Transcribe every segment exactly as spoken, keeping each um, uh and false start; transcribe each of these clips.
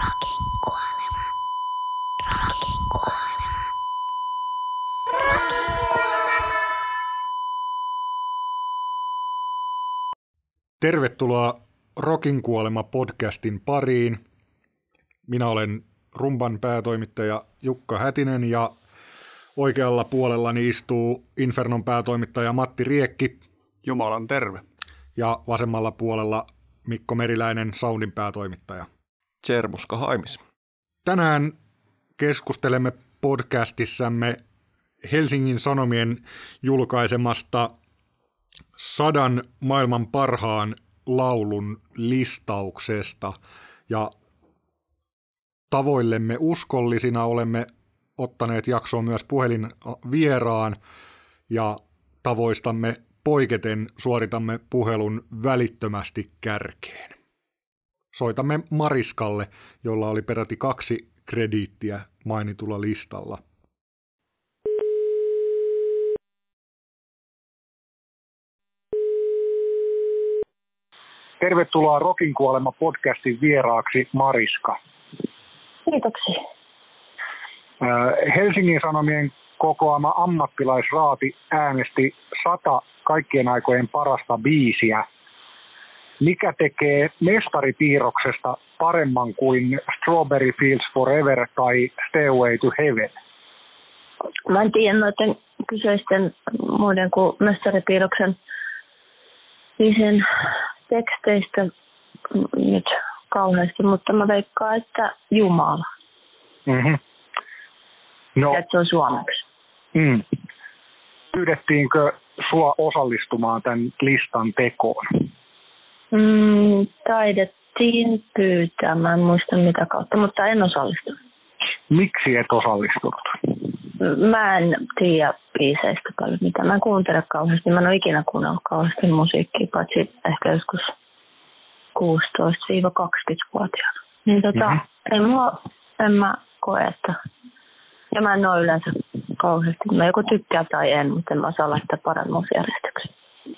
Rokin kuolema. Rokin kuolema. Rokin kuolema. Tervetuloa Rokin kuolema podcastin pariin. Minä olen Rumban päätoimittaja Jukka Hätinen ja oikealla puolellani istuu Infernon päätoimittaja Matti Riekki. Jumalan terve. Ja vasemmalla puolella Mikko Meriläinen, Soundin päätoimittaja. Tsermuska Haimis. Tänään keskustelemme podcastissamme Helsingin Sanomien julkaisemasta sadan maailman parhaan laulun listauksesta. Ja tavoillemme uskollisina olemme ottaneet jaksoon myös puhelinvieraan ja tavoistamme poiketen suoritamme puhelun välittömästi kärkeen. Soitamme Mariskalle, jolla oli peräti kaksi krediittiä mainitulla listalla. Tervetuloa Rokin kuolema podcastin vieraaksi Mariska. Kiitoksia. Helsingin Sanomien kokoama ammattilaisraati äänesti sata kaikkien aikojen parasta biisiä. Mikä tekee mestaripiirroksesta paremman kuin Strawberry Fields Forever tai Stairway to Heaven? Mä en tiedä noiden kyseisten muiden kuin mestaripiirroksen biisien teksteistä nyt kauheasti, mutta mä veikkaan, että Jumala. Mm-hmm. No, ja että se on suomeksi. Mm. Pyydettiinkö sua osallistumaan tämän listan tekoon? Mm, taidettiin pyytää, mä en muista mitä kautta, mutta en osallistunut. Miksi et osallistunut? Mä en tiedä biiseistä paljon mitä. Mä en kuuntele kauheasti, mä en ole ikinä kuunnellut kauheasti musiikkia, paitsi ehkä joskus kuusitoista kaksikymmentä-vuotiaana. Niin tota, mm-hmm. en, mua, en mä koe, että... Ja mä en ole yleensä kauheasti. Mä joko tykkää tai en, mutta en mä saa laittaa paremmuusjärjestyksiä.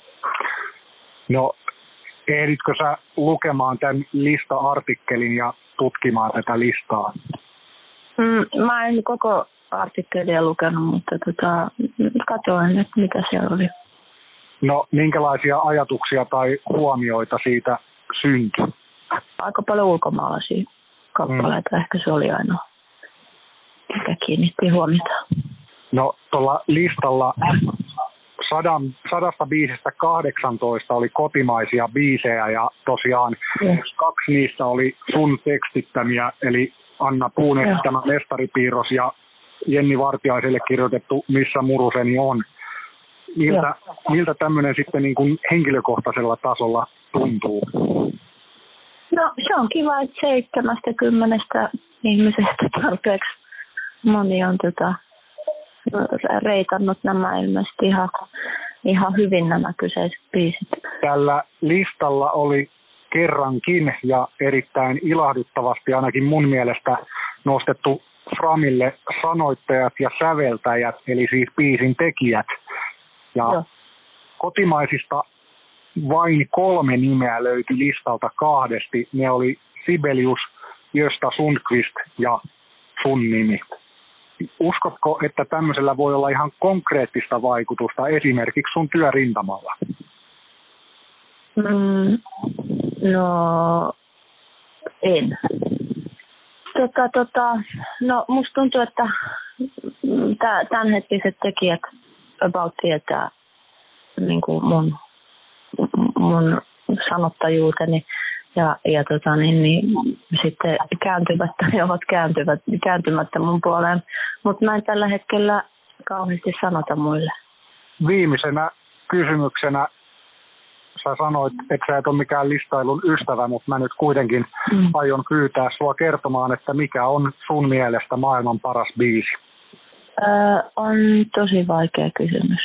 No, ehditkö sä lukemaan tämän lista-artikkelin ja tutkimaan tätä listaa? Mm, mä en koko artikkelia lukenut, mutta tota, katsoin, että mitä siellä oli. No, minkälaisia ajatuksia tai huomioita siitä syntyi? Aika paljon ulkomaalaisia kappaleita, mm. ehkä se oli ainoa, mikä kiinnitti huomiota. No, tuolla listalla sadan, sadasta biisistä kahdeksantoista oli kotimaisia biisejä ja tosiaan mm. kaksi niistä oli sun tekstittämiä, eli Anna Puun esittämä Mestaripiirros ja Jenni Vartiaiselle kirjoitettu Missä muruseni on. Miltä, miltä tämmöinen sitten niin kuin henkilökohtaisella tasolla tuntuu? No se on kiva, että seitsemästäkymmenestä ihmisestä tarpeeksi moni on tota, reitannut nämä ilmeisesti ihan, ihan hyvin nämä kyseiset biisit. Tällä listalla oli kerrankin ja erittäin ilahduttavasti ainakin mun mielestä nostettu framille sanoittajat ja säveltäjät, eli siis biisin tekijät. Ja Joo. kotimaisista vain kolme nimeä löytyi listalta kahdesti. Ne oli Sibelius, Gösta Sundqvist ja sun nimi. Uskotko, että tämmöisellä voi olla ihan konkreettista vaikutusta esimerkiksi sun työrintamalla? Mm, no, en. Tota, tota, no, musta tuntuu, että tämänhetkiset tekijät about tietää niin kuin mun, mun sanottajuuteni ja, ja tota, niin, niin, sitten kääntyvät tai ovat kääntyvät, kääntymättä mun puoleen, mutta mä en tällä hetkellä kauheasti sanota muille. Viimeisenä kysymyksenä sä sanoit, että sä et ole mikään listailun ystävä, mutta mä nyt kuitenkin mm. aion pyytää sua kertomaan, että mikä on sun mielestä maailman paras biisi? Öö, on tosi vaikea kysymys.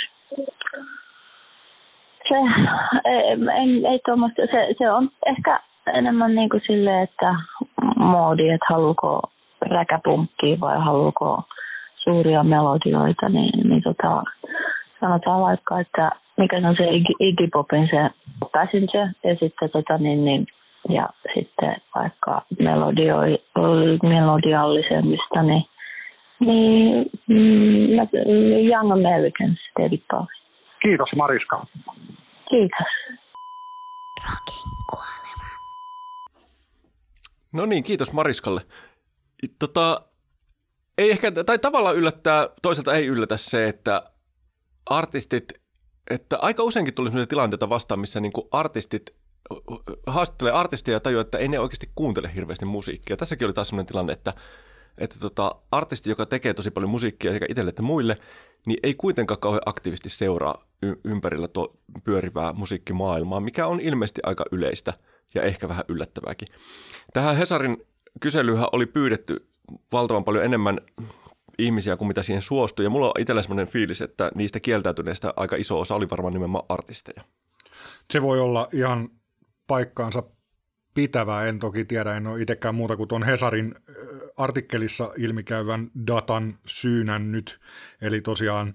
Se, ei, ei tuommoista, se, se on ehkä enemmän niin kuin silleen, että moodi, että haluuko räkäpunkkia vai haluuko suuria melodioita, niin, niin tota, sanotaan vaikka, että mikä on se Iggy Popin se Passenger ja sitten tota, niin, niin, ja sitten vaikka melodio, melodiallisemmista, niin, niin mm, Young Americans, David Bowie. Kiitos Mariska. Kiitos. Rockin kuolema. No niin, kiitos Mariskalle. Tota, ei ehkä, tai tavallaan yllättää, toisaalta ei yllätä se, että artistit, että aika useinkin tuli sellaisia tilanteita vastaan, missä niin kuin artistit haastattelee artistia ja tajuaa, että ei ne oikeasti kuuntele hirveästi musiikkia. Tässäkin oli taas sellainen tilanne, että, että tota, artisti, joka tekee tosi paljon musiikkia sekä itselle että muille, niin ei kuitenkaan kauhean aktiivisesti seuraa y- ympärillä tuo pyörivää musiikkimaailmaa, mikä on ilmeisesti aika yleistä ja ehkä vähän yllättävääkin. Tähän Hesarin kyselyhän oli pyydetty valtavan paljon enemmän ihmisiä kuin mitä siihen suostui, ja mulla on itsellä sellainen fiilis, että niistä kieltäytyneistä aika iso osa oli varmaan nimenomaan artisteja. Se voi olla ihan paikkaansa pitävää, en toki tiedä, en ole itsekään muuta kuin tuon Hesarin artikkelissa ilmikäyvän datan syynännyt, eli tosiaan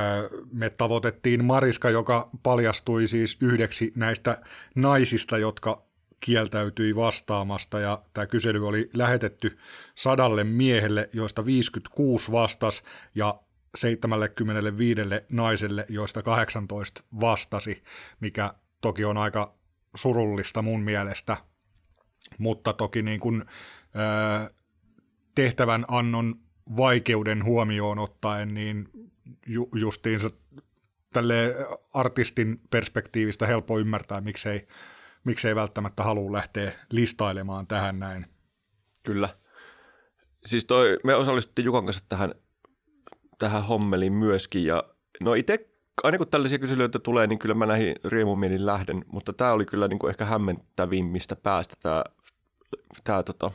me tavoitettiin Mariska, joka paljastui siis yhdeksi näistä naisista, jotka kieltäytyi vastaamasta, ja tämä kysely oli lähetetty sadalle miehelle, joista viisikymmentäkuusi vastasi, ja seitsemänkymmentäviisi naiselle, joista kahdeksantoista vastasi, mikä toki on aika surullista mun mielestä, mutta toki niin kuin, ää, tehtävän annon vaikeuden huomioon ottaen, niin ju, justiinsa tälle artistin perspektiivistä helppo ymmärtää, miksei miksei välttämättä halua lähteä listailemaan tähän näin. Kyllä. Siis toi, me osallistuttiin Jukan kanssa tähän, tähän hommeliin myöskin, ja no itse, aina kun tällaisia kyselyitä tulee, niin kyllä mä näihin riemumielin lähden, mutta tämä oli kyllä niin kuin ehkä hämmentävimmistä päästä tämä, tämä, tota,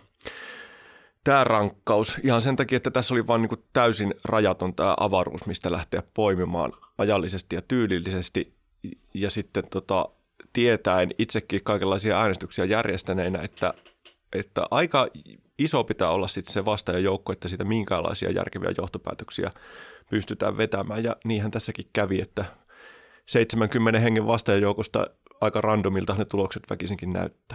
tämä rankkaus. Ihan sen takia, että tässä oli vaan niin kuin täysin rajaton tämä avaruus, mistä lähteä poimimaan ajallisesti ja tyylillisesti, ja sitten tota, tietäen itsekin kaikenlaisia äänestyksiä järjestäneenä, että, että aika iso pitää olla sitten se vastaajajoukko, että siitä minkälaisia järkeviä johtopäätöksiä pystytään vetämään. Ja niinhän tässäkin kävi, että seitsemänkymmentä hengen vastaajajoukosta aika randomilta ne tulokset väkisinkin näyttää.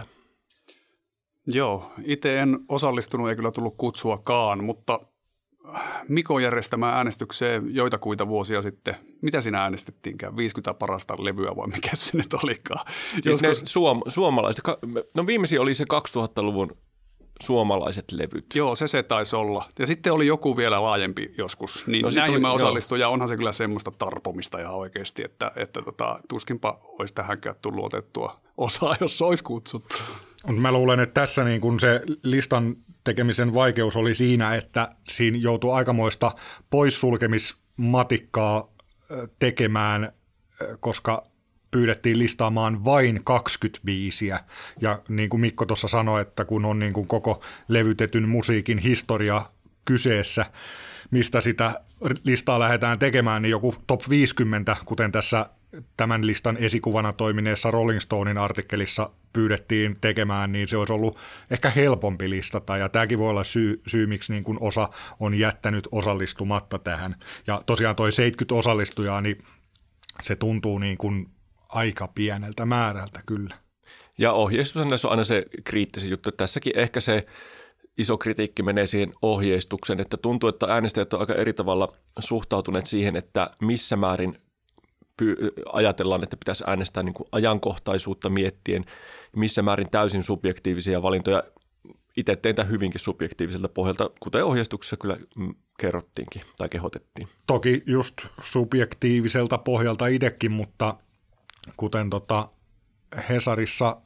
Joo, itse en osallistunut, ei kyllä tullut kutsuakaan, mutta Mikon järjestämään äänestykseen joitakuita vuosia sitten. Mitä siinä äänestettiinkään? viisikymmentä parasta levyä vai mikä se nyt olikaan? Siis ne suom- suomalaiset, no viimeisin oli se kaksituhattaluvun suomalaiset levyt. Joo, se se taisi olla. Ja sitten oli joku vielä laajempi joskus. Niin no näihin oli, mä osallistuin, joo. Ja onhan se kyllä semmoista tarpomista ihan oikeasti, että, että tota, tuskinpa olisi tähänkään tullut otettua osaa, jos olisi kutsuttu. Mä luulen, että tässä niin kun se listan tekemisen vaikeus oli siinä, että siinä joutui aikamoista poissulkemismatikkaa tekemään, koska pyydettiin listaamaan vain kaksikymmentä biisiä. Ja niin kuin Mikko tuossa sanoi, että kun on niin kuin koko levytetyn musiikin historia kyseessä, mistä sitä listaa lähdetään tekemään, niin joku top viisikymmentä, kuten tässä tämän listan esikuvana toimineessa Rolling Stonein artikkelissa pyydettiin tekemään, niin se olisi ollut ehkä helpompi listata, ja tämäkin voi olla syy, syy miksi niin kuin osa on jättänyt osallistumatta tähän. Ja tosiaan toi seitsemänkymmentä osallistujaa, niin se tuntuu niin kuin aika pieneltä määrältä kyllä. Ja ohjeistus on aina se kriittisin juttu. Tässäkin ehkä se iso kritiikki menee siihen ohjeistukseen, että tuntuu, että äänestäjät on aika eri tavalla suhtautuneet siihen, että missä määrin ajatellaan, että pitäisi äänestää niin kuin ajankohtaisuutta miettien, missä määrin täysin subjektiivisia valintoja. Itse tein tämän hyvinkin subjektiiviselta pohjalta, kuten ohjeistuksessa kyllä kerrottiinkin tai kehotettiin. Toki just subjektiiviselta pohjalta itsekin, mutta kuten tota Hesarissa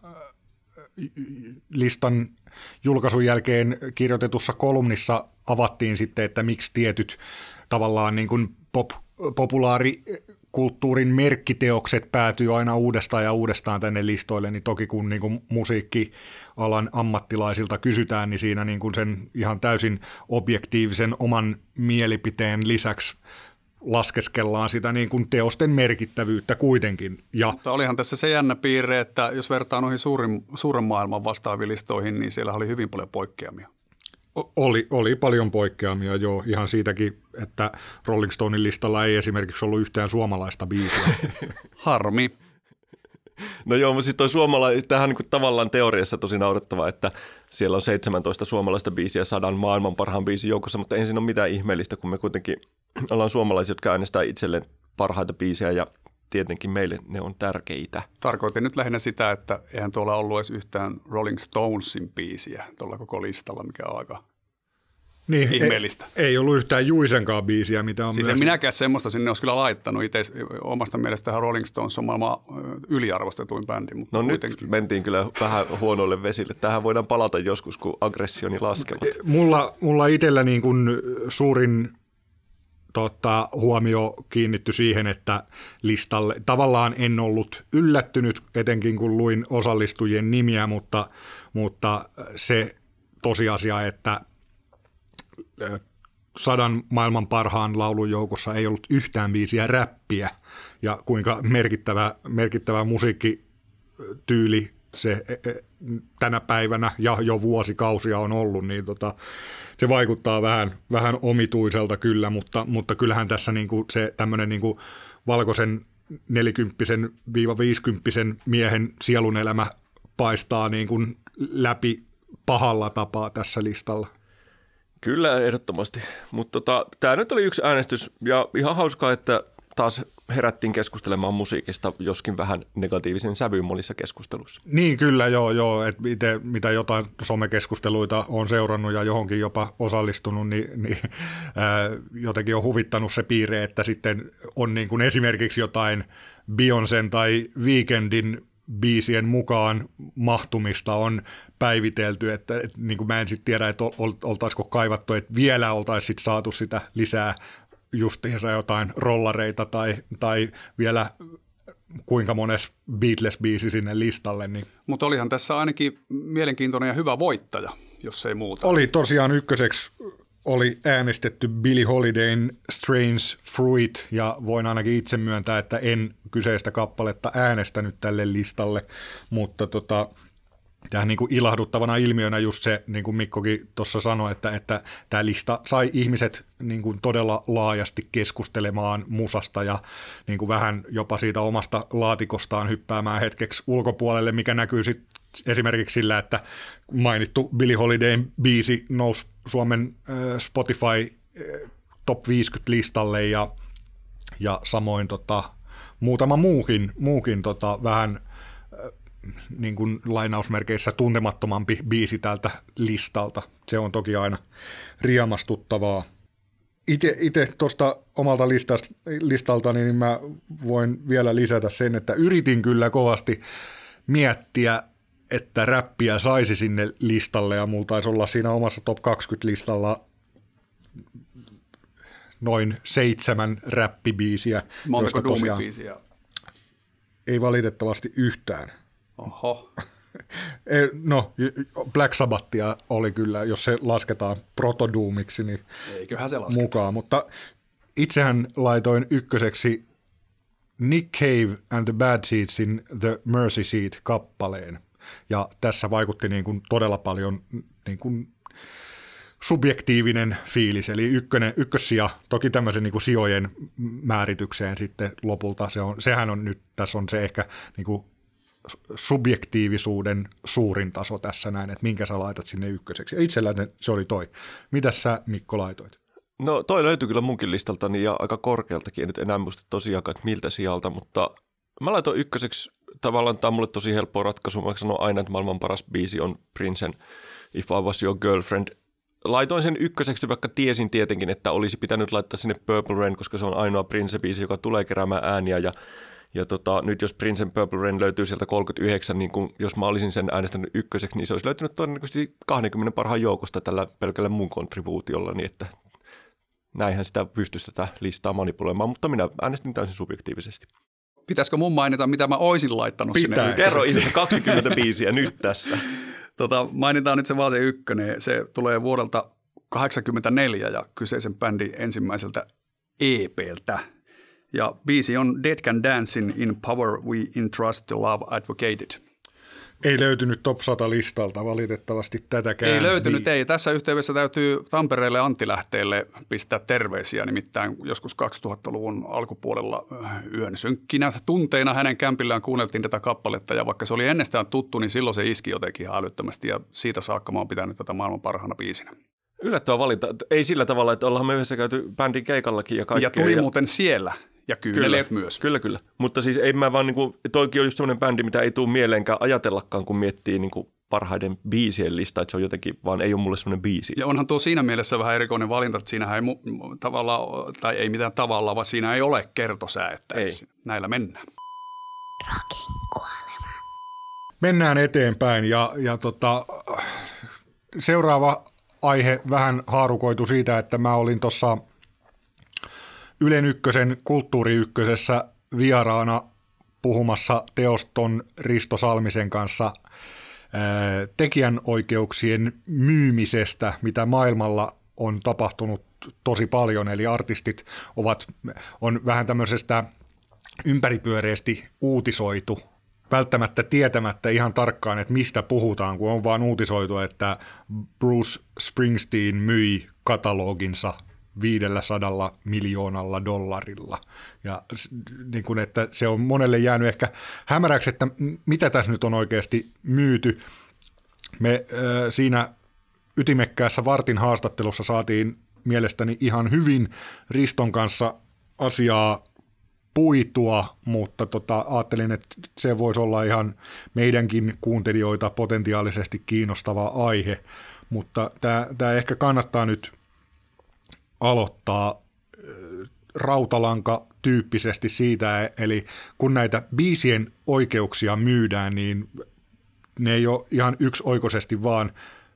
listan julkaisun jälkeen kirjoitetussa kolumnissa avattiin sitten, että miksi tietyt tavallaan niin kuin pop, populaari kulttuurin merkkiteokset päätyy aina uudestaan ja uudestaan tänne listoille, niin toki kun niin kuin musiikkialan ammattilaisilta kysytään, niin siinä niin kuin sen ihan täysin objektiivisen oman mielipiteen lisäksi laskeskellaan sitä niin kuin teosten merkittävyyttä kuitenkin. Ja mutta olihan tässä se jännä piirre, että jos vertaa noihin suurin, suuren maailman vastaaviin listoihin, niin siellä oli hyvin paljon poikkeamia. Oli, oli paljon poikkeamia, joo, ihan siitäkin, että Rolling Stonein listalla ei esimerkiksi ollut yhtään suomalaista biisiä. Harmi. No joo, mutta siis toi suomalainen, tämähän on niin tavallaan teoriassa tosi naurettavaa, että siellä on seitsemäntoista suomalaista biisiä sadan maailman parhaan biisin joukossa, mutta ei siinä ole mitään ihmeellistä, kun me kuitenkin ollaan suomalaisia, jotka äänestää itselleen parhaita biisejä ja tietenkin meille ne on tärkeitä. Tarkoitin nyt lähinnä sitä, että eihän tuolla ollut edes yhtään Rolling Stonesin biisiä tuolla koko listalla, mikä on aika niin, ihmeellistä. Ei, ei ollut yhtään Juisenkaan biisiä, mitä on siis myös... en minäkään semmoista sinne olisi kyllä laittanut. Itse omasta mielestähän Rolling Stones on maailman yliarvostetuin bändi. Mutta no kuitenkin. Nyt mentiin kyllä vähän huonoille vesille. Tähän voidaan palata joskus, kun aggressioni laskevat. Mulla, mulla itsellä niin kuin suurin tota, huomio kiinnitty siihen, että listalle tavallaan en ollut yllättynyt, etenkin kun luin osallistujien nimiä, mutta, mutta se tosiasia, että sadan maailman parhaan laulun joukossa ei ollut yhtään biisiä räppiä ja kuinka merkittävä, merkittävä musiikkityyli se tänä päivänä ja jo vuosikausia on ollut, niin tota, se vaikuttaa vähän, vähän omituiselta kyllä, mutta, mutta kyllähän tässä niinku se tämmöinen niinku valkoisen nelikymppisen viiva viisikymppisen miehen sielunelämä paistaa niinku läpi pahalla tapaa tässä listalla. Kyllä, ehdottomasti. Mutta tota, tämä nyt oli yksi äänestys ja ihan hauskaa, että taas herättiin keskustelemaan musiikista, joskin vähän negatiivisen sävyyn monissa keskusteluissa. Niin kyllä, joo, joo. Et itse, mitä jotain somekeskusteluita on seurannut ja johonkin jopa osallistunut, niin, niin ää, jotenkin on huvittanut se piirre, että sitten on niin kuin esimerkiksi jotain Beyoncén tai Weekendin biisien mukaan mahtumista on päivitelty, että, että niin kuin mä en sitten tiedä, että oltaisiko kaivattu, että vielä oltaisiin saatu sitä lisää justiinsa jotain rollareita tai, tai vielä kuinka mones Beatles-biisi sinne listalle. Niin. Mutta olihan tässä ainakin mielenkiintoinen ja hyvä voittaja, jos ei muuta. Oli tosiaan ykköseksi oli äänestetty Billie Holidayn Strange Fruit, ja voin ainakin itse myöntää, että en kyseistä kappaletta äänestänyt tälle listalle, mutta tota, tähän niin kuin ilahduttavana ilmiönä just se, niin kuin Mikkokin tuossa sanoi, että, että tämä lista sai ihmiset niin kuin todella laajasti keskustelemaan musasta ja niin kuin vähän jopa siitä omasta laatikostaan hyppäämään hetkeksi ulkopuolelle, mikä näkyy sitten esimerkiksi sillä, että mainittu Billie Holidayn biisi nousi Suomen Spotify Top viisikymmentä-listalle ja, ja samoin tota, muutama muukin, muukin tota, vähän niin kuin lainausmerkeissä tuntemattomampi biisi tältä listalta. Se on toki aina riemastuttavaa. Itse tuosta omalta listalta niin mä voin vielä lisätä sen, että yritin kyllä kovasti miettiä, että räppiä saisi sinne listalle, ja mulla taisi olla siinä omassa top kaksikymmentä-listalla noin seitsemän räppibiisiä. Montako duumibiisiä? Ei valitettavasti yhtään. Oho. No, Black Sabbathia oli kyllä, jos se lasketaan protoduumiksi, niin eiköhän se lasketa mukaan. Mutta itsehän laitoin ykköseksi Nick Cave and the Bad Seedsin The Mercy Seat-kappaleen. Ja tässä vaikutti niin kuin todella paljon niin kuin subjektiivinen fiilis, eli ykkönen, ykkössija, toki tämmöisen niin kuin sijojen määritykseen sitten lopulta, se on, sehän on nyt, tässä on se ehkä niin kuin subjektiivisuuden suurin taso tässä näin, että minkä sä laitat sinne ykköseksi. Ja itselläni se oli toi. Mitäs sä, Mikko, laitoit? No toi löytyy kyllä munkin listaltani ja aika korkealtakin, en nyt enää muista tosiaan, että miltä sijalta, mutta mä laitoin ykköseksi, tavallaan tämä on mulle tosi helppo ratkaisu, mä sanon aina, että maailman paras biisi on Princen If I Was Your Girlfriend. Laitoin sen ykköseksi, vaikka tiesin tietenkin, että olisi pitänyt laittaa sinne Purple Rain, koska se on ainoa Prince-biisi, joka tulee keräämään ääniä, ja Ja tota, nyt jos Princen Purple Rain löytyy sieltä kolmekymmentäyhdeksän, niin kun, jos mä olisin sen äänestänyt ykköseksi, niin se olisi löytynyt todennäköisesti kaksikymmentä parhaan joukosta tällä pelkällä mun kontribuutiolla, niin että näinhän sitä pystyisi tätä listaa manipuloimaan, mutta minä äänestin täysin subjektiivisesti. Pitäisikö mun mainita, mitä mä oisin laittanut Pitää. sinne? Kerro itse kaksikymmentä biisiä nyt tässä. Tota, mainitaan nyt se vaan se ykkönen. Se tulee vuodelta kahdeksankymmentäneljä ja kyseisen bändin ensimmäiseltä E P:ltä. Ja biisi on Dead Can Dance in Power We Entrust to Love Advocated. Ei löytynyt top sata listalta valitettavasti tätäkään. Ei löytynyt, biisiä. ei. Tässä yhteydessä täytyy Tampereelle Anttilähteelle pistää terveisiä. Nimittäin joskus kaksituhattaluvun alkupuolella yön synkkinä tunteina hänen kämpillään kuunneltiin tätä kappaletta. Ja vaikka se oli ennestään tuttu, niin silloin se iski jotenkin ihan älyttömästi. Ja siitä saakka mä oon pitänyt tätä maailman parhaana biisinä. Yllättävä valinta. Ei sillä tavalla, että ollaan me yhdessä käyty bändin keikallakin ja kaikkea. Ja tuli ja... muuten siellä. Ja kyyneleet kyllä, myös. Kyllä, kyllä. Mutta siis ei mä vaan, niin kuin, toikin on just semmoinen bändi, mitä ei tule mieleenkään ajatellakaan, kun miettii niin kuin parhaiden biisien listaa, että se on jotenkin, vaan ei ole mulle semmoinen biisi. Ja onhan tuo siinä mielessä vähän erikoinen valinta, että siinähän ei mu- tavallaan, tai ei mitään tavalla, vaan siinä ei ole kertosäätä. Ei. Näillä mennään. Rockin kuolema. Mennään eteenpäin ja, ja tota, seuraava aihe vähän haarukoitu siitä, että mä olin tuossa Ylen Ykkösen Kulttuuri Ykkösessä vieraana puhumassa teoston Risto Salmisen kanssa ää, tekijänoikeuksien myymisestä, mitä maailmalla on tapahtunut tosi paljon. Eli artistit ovat, on vähän tämmöisestä ympäripyöreästi uutisoitu, välttämättä tietämättä ihan tarkkaan, että mistä puhutaan, kun on vaan uutisoitu, että Bruce Springsteen myi kataloginsa viidellä sadalla miljoonalla dollarilla. Ja niin kuin, että se on monelle jäänyt ehkä hämäräksi, että mitä tässä nyt on oikeasti myyty. Me äh, siinä ytimekkäässä vartin haastattelussa saatiin mielestäni ihan hyvin Riston kanssa asiaa puitua, mutta tota, ajattelin, että se voisi olla ihan meidänkin kuuntelijoita potentiaalisesti kiinnostava aihe, mutta tämä ehkä kannattaa nyt aloittaa rautalanka tyyppisesti siitä, eli kun näitä biisien oikeuksia myydään, niin ne ei ole ihan yksioikoisesti vaan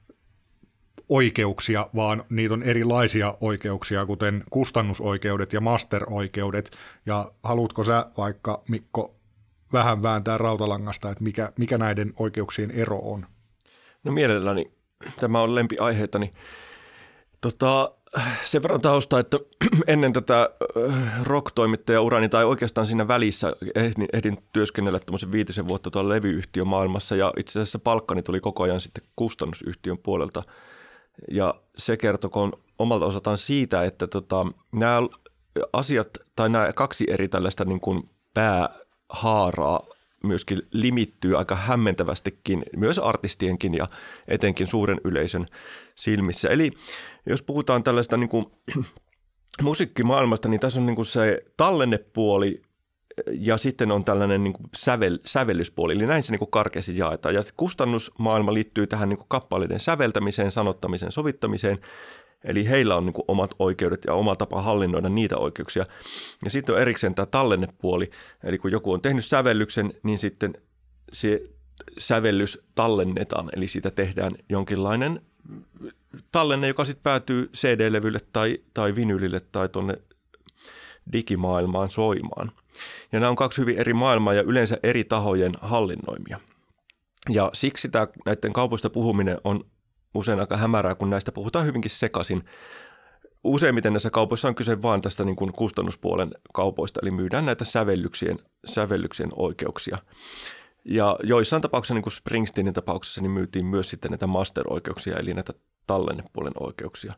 oikeuksia, vaan niitä on erilaisia oikeuksia, kuten kustannusoikeudet ja master-oikeudet. Ja haluatko sä vaikka, Mikko, vähän vääntää rautalangasta, että mikä, mikä näiden oikeuksien ero on? No mielelläni. Tämä on lempiaiheitani. Tota, sen verran taustaa, että ennen tätä rock-toimittajaurani tai oikeastaan siinä välissä ehdin, ehdin työskennellä tuommoisen viitisen vuotta tuolla levyyhtiön maailmassa ja itse asiassa palkkani tuli koko ajan sitten kustannusyhtiön puolelta. Ja se kertokoon omalta osaltaan siitä, että tota, nämä asiat tai nämä kaksi eri tällaista niin kuin päähaaraa myöskin limittyy aika hämmentävästikin myös artistienkin ja etenkin suuren yleisön silmissä. Eli jos puhutaan tällaista niin kuin musiikkimaailmasta, niin tässä on niin kuin se tallennepuoli ja sitten on tällainen niin kuin sävel, sävellyspuoli, eli näin se niin kuin karkeasti jaetaan. Ja kustannusmaailma liittyy tähän niin kuin kappaleiden säveltämiseen, sanottamiseen, sovittamiseen, eli heillä on niin kuin omat oikeudet ja oma tapa hallinnoida niitä oikeuksia. Ja sitten on erikseen tämä tallennepuoli, eli kun joku on tehnyt sävellyksen, niin sitten se sävellys tallennetaan, eli siitä tehdään jonkinlainen tallenne, joka sitten päätyy C D-levylle tai, tai vinylille tai tuonne digimaailmaan soimaan. Ja nämä on kaksi hyvin eri maailmaa ja yleensä eri tahojen hallinnoimia. Ja siksi tämä, näiden kaupoista puhuminen on usein aika hämärää, kun näistä puhutaan hyvinkin sekaisin. Useimmiten näissä kaupoissa on kyse vain tästä niin kuin kustannuspuolen kaupoista, eli myydään näitä sävellyksien, sävellyksien oikeuksia. Ja joissain tapauksissa, niin kuin Springsteenin tapauksessa, niin myytiin myös sitten näitä master-oikeuksia, eli näitä tallennepuolen oikeuksia.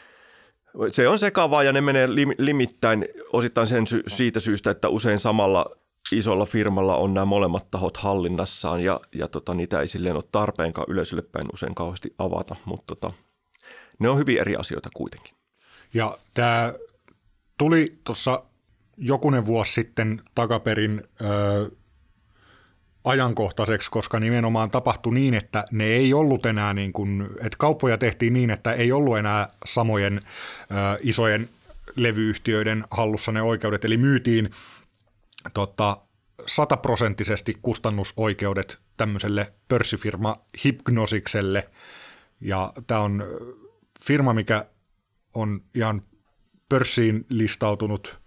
Se on sekavaa ja ne menee limittäin osittain sen sy- siitä syystä, että usein samalla isolla firmalla on nämä molemmat tahot hallinnassaan ja, ja tota, niitä ei silleen ole tarpeenkaan yleisölle päin usein kauheasti avata, mutta tota, ne on hyvin eri asioita kuitenkin. Ja tämä tuli tuossa jokunen vuosi sitten takaperin ö, ajankohtaiseksi, koska nimenomaan tapahtui niin, että ne ei ollut enää niin kuin, että kauppoja tehtiin niin, että ei ollut enää samojen ö, isojen levyyhtiöiden hallussa ne oikeudet, eli myytiin tota, sataprosenttisesti kustannusoikeudet tämmöiselle pörssifirma Hypnosikselle, ja tämä on firma, mikä on ihan pörssiin listautunut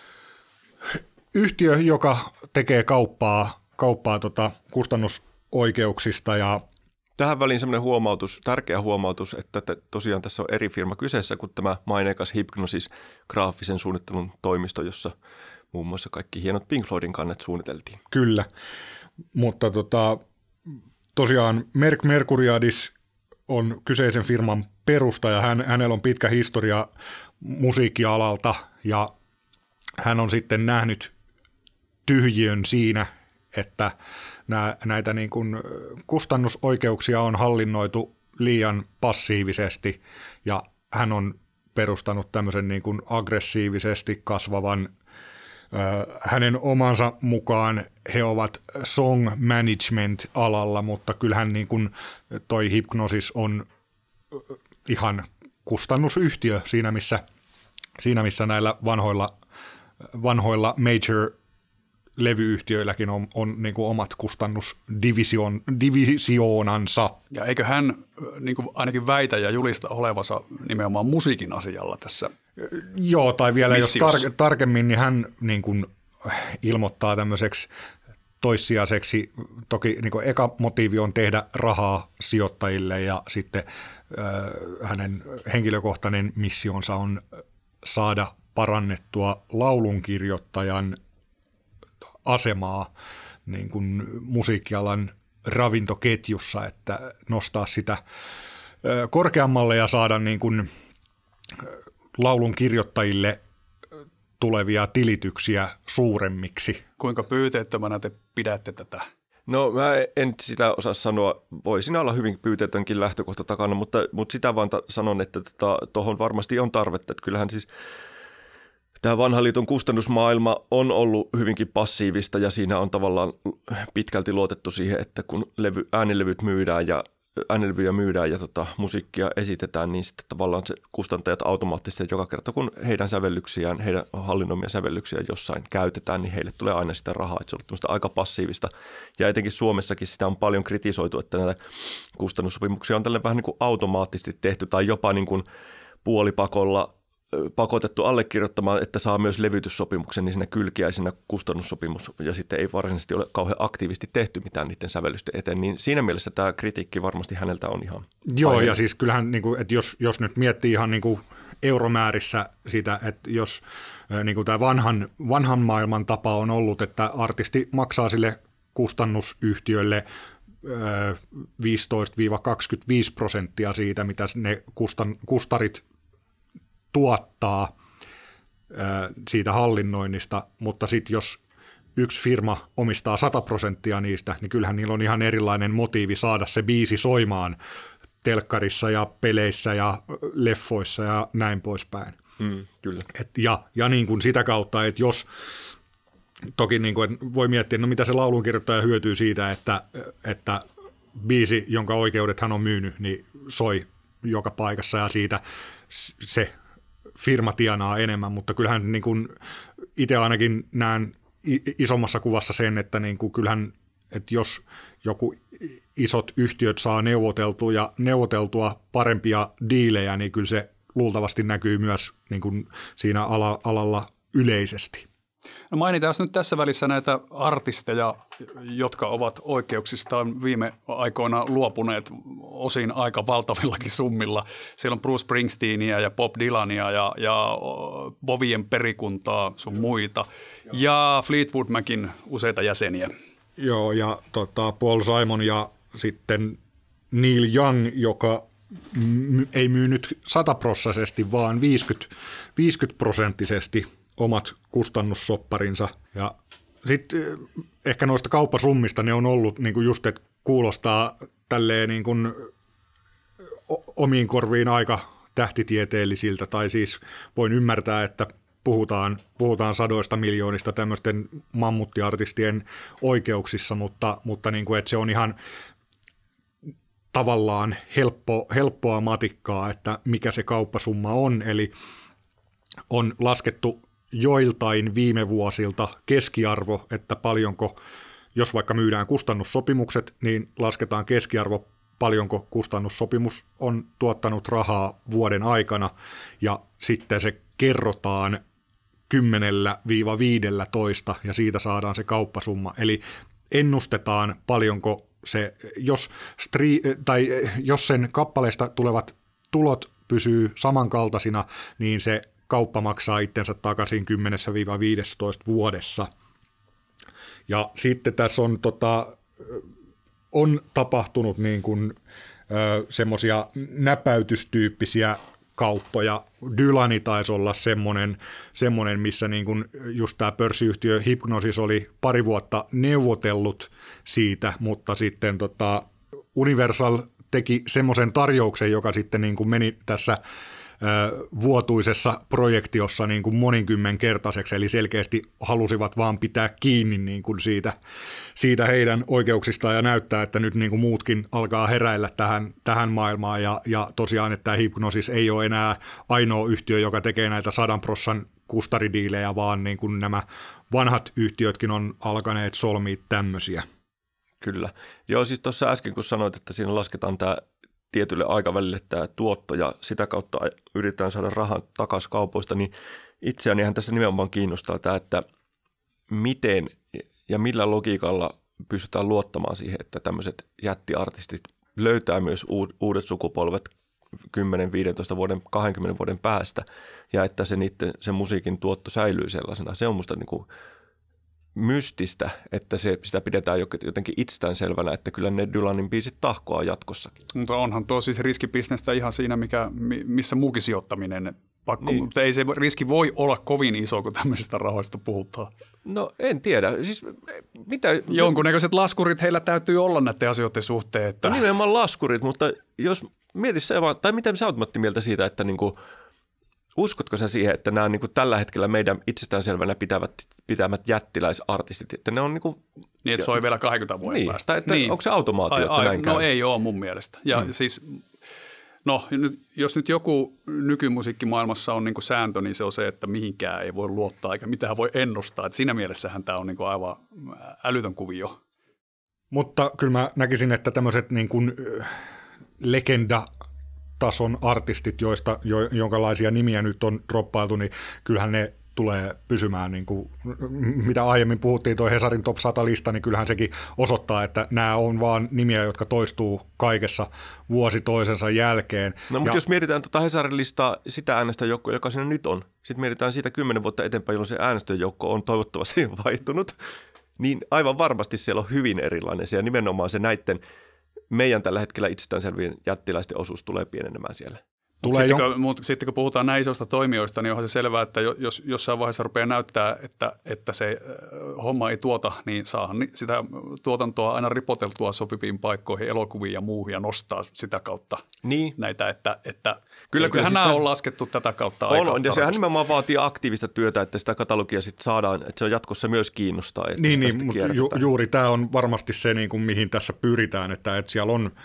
yhtiö, joka tekee kauppaa, kauppaa tota kustannusoikeuksista. Ja tähän väliin semmoinen huomautus, tärkeä huomautus, että tosiaan tässä on eri firma kyseessä kuin tämä maineikas Hypnosis graafisen suunnittelun toimisto, jossa muun muassa kaikki hienot Pink Floydin kannet suunniteltiin. Kyllä, mutta tota, tosiaan Merck Mercuriadis on kyseisen firman perustaja. Hän, hänellä on pitkä historia musiikkialalta ja hän on sitten nähnyt tyhjiön siinä, että nää, näitä niin kuin kustannusoikeuksia on hallinnoitu liian passiivisesti ja hän on perustanut tämmöisen niin kuin aggressiivisesti kasvavan, hänen omansa mukaan he ovat song management-alalla, mutta kyllähän niin kuin toi Hipgnosis on ihan kustannusyhtiö siinä, missä, siinä missä näillä vanhoilla, vanhoilla major-levyyhtiöilläkin on, on niin kuin omat kustannusdivisioonansa. Ja eikö hän niin kuin ainakin väitä ja julista olevansa nimenomaan musiikin asialla tässä? Joo, tai vielä missiossa. jos tar- tarkemmin, niin hän niin kuin ilmoittaa tämmöiseksi toissijaiseksi, toki niin kuin eka motiivi on tehdä rahaa sijoittajille ja sitten äh, hänen henkilökohtainen missionsa on saada parannettua laulunkirjoittajan asemaa niin kuin musiikkialan ravintoketjussa, että nostaa sitä äh, korkeammalle ja saada niin kuin laulun kirjoittajille tulevia tilityksiä suuremmiksi. Kuinka pyyteettömänä te pidätte tätä? No mä en sitä osaa sanoa. Voi siinä olla hyvin pyyteetönkin lähtökohta takana, mutta, mutta sitä vaan ta- sanon, että tuohon tota, varmasti on tarvetta. Että kyllähän siis tämä vanhan liiton kustannusmaailma on ollut hyvinkin passiivista ja siinä on tavallaan pitkälti luotettu siihen, että kun levy, äänilevyt myydään ja äänilevyjä myydään ja tota, musiikkia esitetään, niin sitten tavallaan se kustantajat automaattisesti joka kerta, kun heidän sävellyksiään, heidän hallinnomia sävellyksiä jossain käytetään, niin heille tulee aina sitä rahaa. Että se on tämmöistä aika passiivista. Ja etenkin Suomessakin sitä on paljon kritisoitu, että näitä kustannussopimuksia on tälle vähän niin kuin automaattisesti tehty tai jopa niin kuin puolipakolla pakotettu allekirjoittamaan, että saa myös levytyssopimuksen, niin siinä kylkiäisenä kustannussopimus ja sitten ei varsinaisesti ole kauhean aktiivisesti tehty mitään niiden sävellysten eteen, niin siinä mielessä tämä kritiikki varmasti häneltä on ihan Joo, aiheellista. ja siis kyllähän, niin kuin, että jos, jos nyt miettii ihan niin kuin euromäärissä sitä, että jos niin kuin tämä vanhan, vanhan maailman tapa on ollut, että artisti maksaa sille kustannusyhtiölle viisitoista kaksikymmentäviisi prosenttia siitä, mitä ne kustan, kustarit tuottaa siitä hallinnoinnista, mutta sitten jos yksi firma omistaa sata prosenttia niistä, niin kyllähän niillä on ihan erilainen motiivi saada se biisi soimaan telkkarissa ja peleissä ja leffoissa ja näin poispäin. Mm, kyllä. Et ja, ja niin kuin sitä kautta, että jos toki niin kuin voi miettiä, no mitä se laulunkirjoittaja hyötyy siitä, että, että biisi, jonka oikeudet hän on myynyt, niin soi joka paikassa ja siitä se firma tienaa enemmän, mutta kyllähän niin kuin itse ainakin näen isommassa kuvassa sen, että niin kuin kyllähän, että jos joku isot yhtiöt saa neuvoteltua, ja neuvoteltua parempia diilejä, niin kyllä se luultavasti näkyy myös niin kuin siinä ala, alalla yleisesti. No mainitaan nyt tässä välissä näitä artisteja, jotka ovat oikeuksistaan viime aikoina luopuneet osin aika valtavillakin summilla. Siellä on Bruce Springsteenia ja Bob Dylania ja, ja Bovien perikuntaa sun muita ja Fleetwood Macin useita jäseniä. Joo, ja tota, Paul Simon ja sitten Neil Young, joka m- ei myynyt sataprosenttisesti, vaan viisikymmentä prosenttisesti omat kustannussopparinsa. Ja sitten ehkä noista kauppasummista ne on ollut niin kuin just, että kuulostaa tälleen niin kuin omiin korviin aika tähtitieteellisiltä, tai siis voin ymmärtää, että puhutaan, puhutaan sadoista miljoonista tämmöisten mammuttiartistien oikeuksissa, mutta, mutta niin kuin, että se on ihan tavallaan helppo, helppoa matikkaa, että mikä se kauppasumma on, eli on laskettu joiltain viime vuosilta keskiarvo, että paljonko, jos vaikka myydään kustannussopimukset, niin lasketaan keskiarvo, paljonko kustannussopimus on tuottanut rahaa vuoden aikana, ja sitten se kerrotaan kymmenellä viisitoista ja siitä saadaan se kauppasumma. Eli ennustetaan paljonko se, jos, stri- tai jos sen kappaleesta tulevat tulot pysyy samankaltaisina, niin se kauppa maksaa itsensä takaisin kymmenellä viisitoista vuodessa. Ja sitten tässä on tota, on tapahtunut niin kuin semmoisia näpäytystyyppisiä kauppoja. Dylani taisi olla semmoinen, semmoinen missä niin kuin just tämä pörssiyhtiö Hipgnosis oli pari vuotta neuvotellut siitä, mutta sitten tota Universal teki semmoisen tarjouksen, joka sitten niin kuin meni tässä vuotuisessa projektiossa niin kuin monikymmenkertaiseksi, eli selkeästi halusivat vaan pitää kiinni niin kuin siitä, siitä heidän oikeuksistaan ja näyttää, että nyt niin kuin muutkin alkaa heräillä tähän, tähän maailmaan ja, ja tosiaan, että Hipgnosis ei ole enää ainoa yhtiö, joka tekee näitä sadan prossan kustaridiilejä, vaan niin kuin nämä vanhat yhtiötkin on alkaneet solmia tämmöisiä. Kyllä. Joo, siis tuossa äsken kun sanoit, että siinä lasketaan tämä tietylle aikavälille tämä tuotto ja sitä kautta yritetään saada rahaa takaisin kaupoista, niin itseänihän tässä nimenomaan kiinnostaa tämä, että miten ja millä logiikalla pystytään luottamaan siihen, että tämmöiset jättiartistit löytää myös uudet sukupolvet kymmenen, viisitoista vuoden, kaksikymmentä vuoden päästä ja että se, niiden, se musiikin tuotto säilyy sellaisena. Se on musta niin kuin mystistä, että se, sitä pidetään jotenkin itsestäänselvänä, että kyllä ne Dylanin biisit tahkoaa jatkossakin. Mutta onhan tuo siis riskibisnestä ihan siinä, mikä, missä muukin sijoittaminen. Pakko, niin. Mutta ei se riski voi olla kovin iso, kun tämmöisistä rahoista puhutaan. No en tiedä. Siis, mitä? Jonkunnäköiset laskurit heillä täytyy olla näiden asioiden suhteen. Että... No nimenomaan laskurit, mutta jos mietit se, tai mitä sä oot Matti mieltä siitä, että niinku, uskotko sä siihen, että nämä on niinku tällä hetkellä meidän itsestäänselvänä pitävät, pitämät jättiläisartistit, että ne on niinku... Niin, että soi vielä kaksikymmentä vuoden niin, päästä. Että niin. Onko se automaatio, että ai, näin käy? No ei ole mun mielestä. Ja hmm. siis, no jos nyt joku nykymusiikkimaailmassa on niinku sääntö, niin se on se, että mihinkään ei voi luottaa eikä mitään voi ennustaa. Et siinä mielessähän tämä on niinku aivan älytön kuvio. Mutta kyllä mä näkisin, että tämmöiset niin kuin legenda-tason artistit, joista, jo, jonkalaisia nimiä nyt on droppailtu, niin kyllähän ne tulee pysymään, niin kuin, mitä aiemmin puhuttiin, tuo Hesarin top sata-lista, niin kyllähän sekin osoittaa, että nämä on vaan nimiä, jotka toistuu kaikessa vuosi toisensa jälkeen. No mutta ja, jos mietitään tuota Hesarin listaa, sitä äänestäjäjoukkoa, joka siinä nyt on, sitten mietitään siitä kymmenen vuotta eteenpäin, jolloin se äänestäjäjoukko on toivottavasti vaihtunut, niin aivan varmasti siellä on hyvin erilainen. Ja nimenomaan se näiden meidän tällä hetkellä itsestäänselvien jättiläisten osuus tulee pienenemään siellä. Sitten, jo... kun, sitten kun puhutaan näin isoista toimijoista, niin onhan se selvää, että jos jossain vaiheessa rupeaa näyttää, että, että se homma ei tuota, niin saahan sitä tuotantoa aina ripoteltua sopivin paikkoihin, elokuviin ja muuhun ja nostaa sitä kautta niin. näitä, että, että kyllä, kyllähän nämä on laskettu tätä kautta aika. On, ja sehän nimenomaan vaatii aktiivista työtä, että sitä katalogia sitten saadaan, että se on jatkossa myös kiinnostaa. Niin, niin mutta ju, juuri tämä on varmasti se, niin kuin, mihin tässä pyritään, että, että siellä on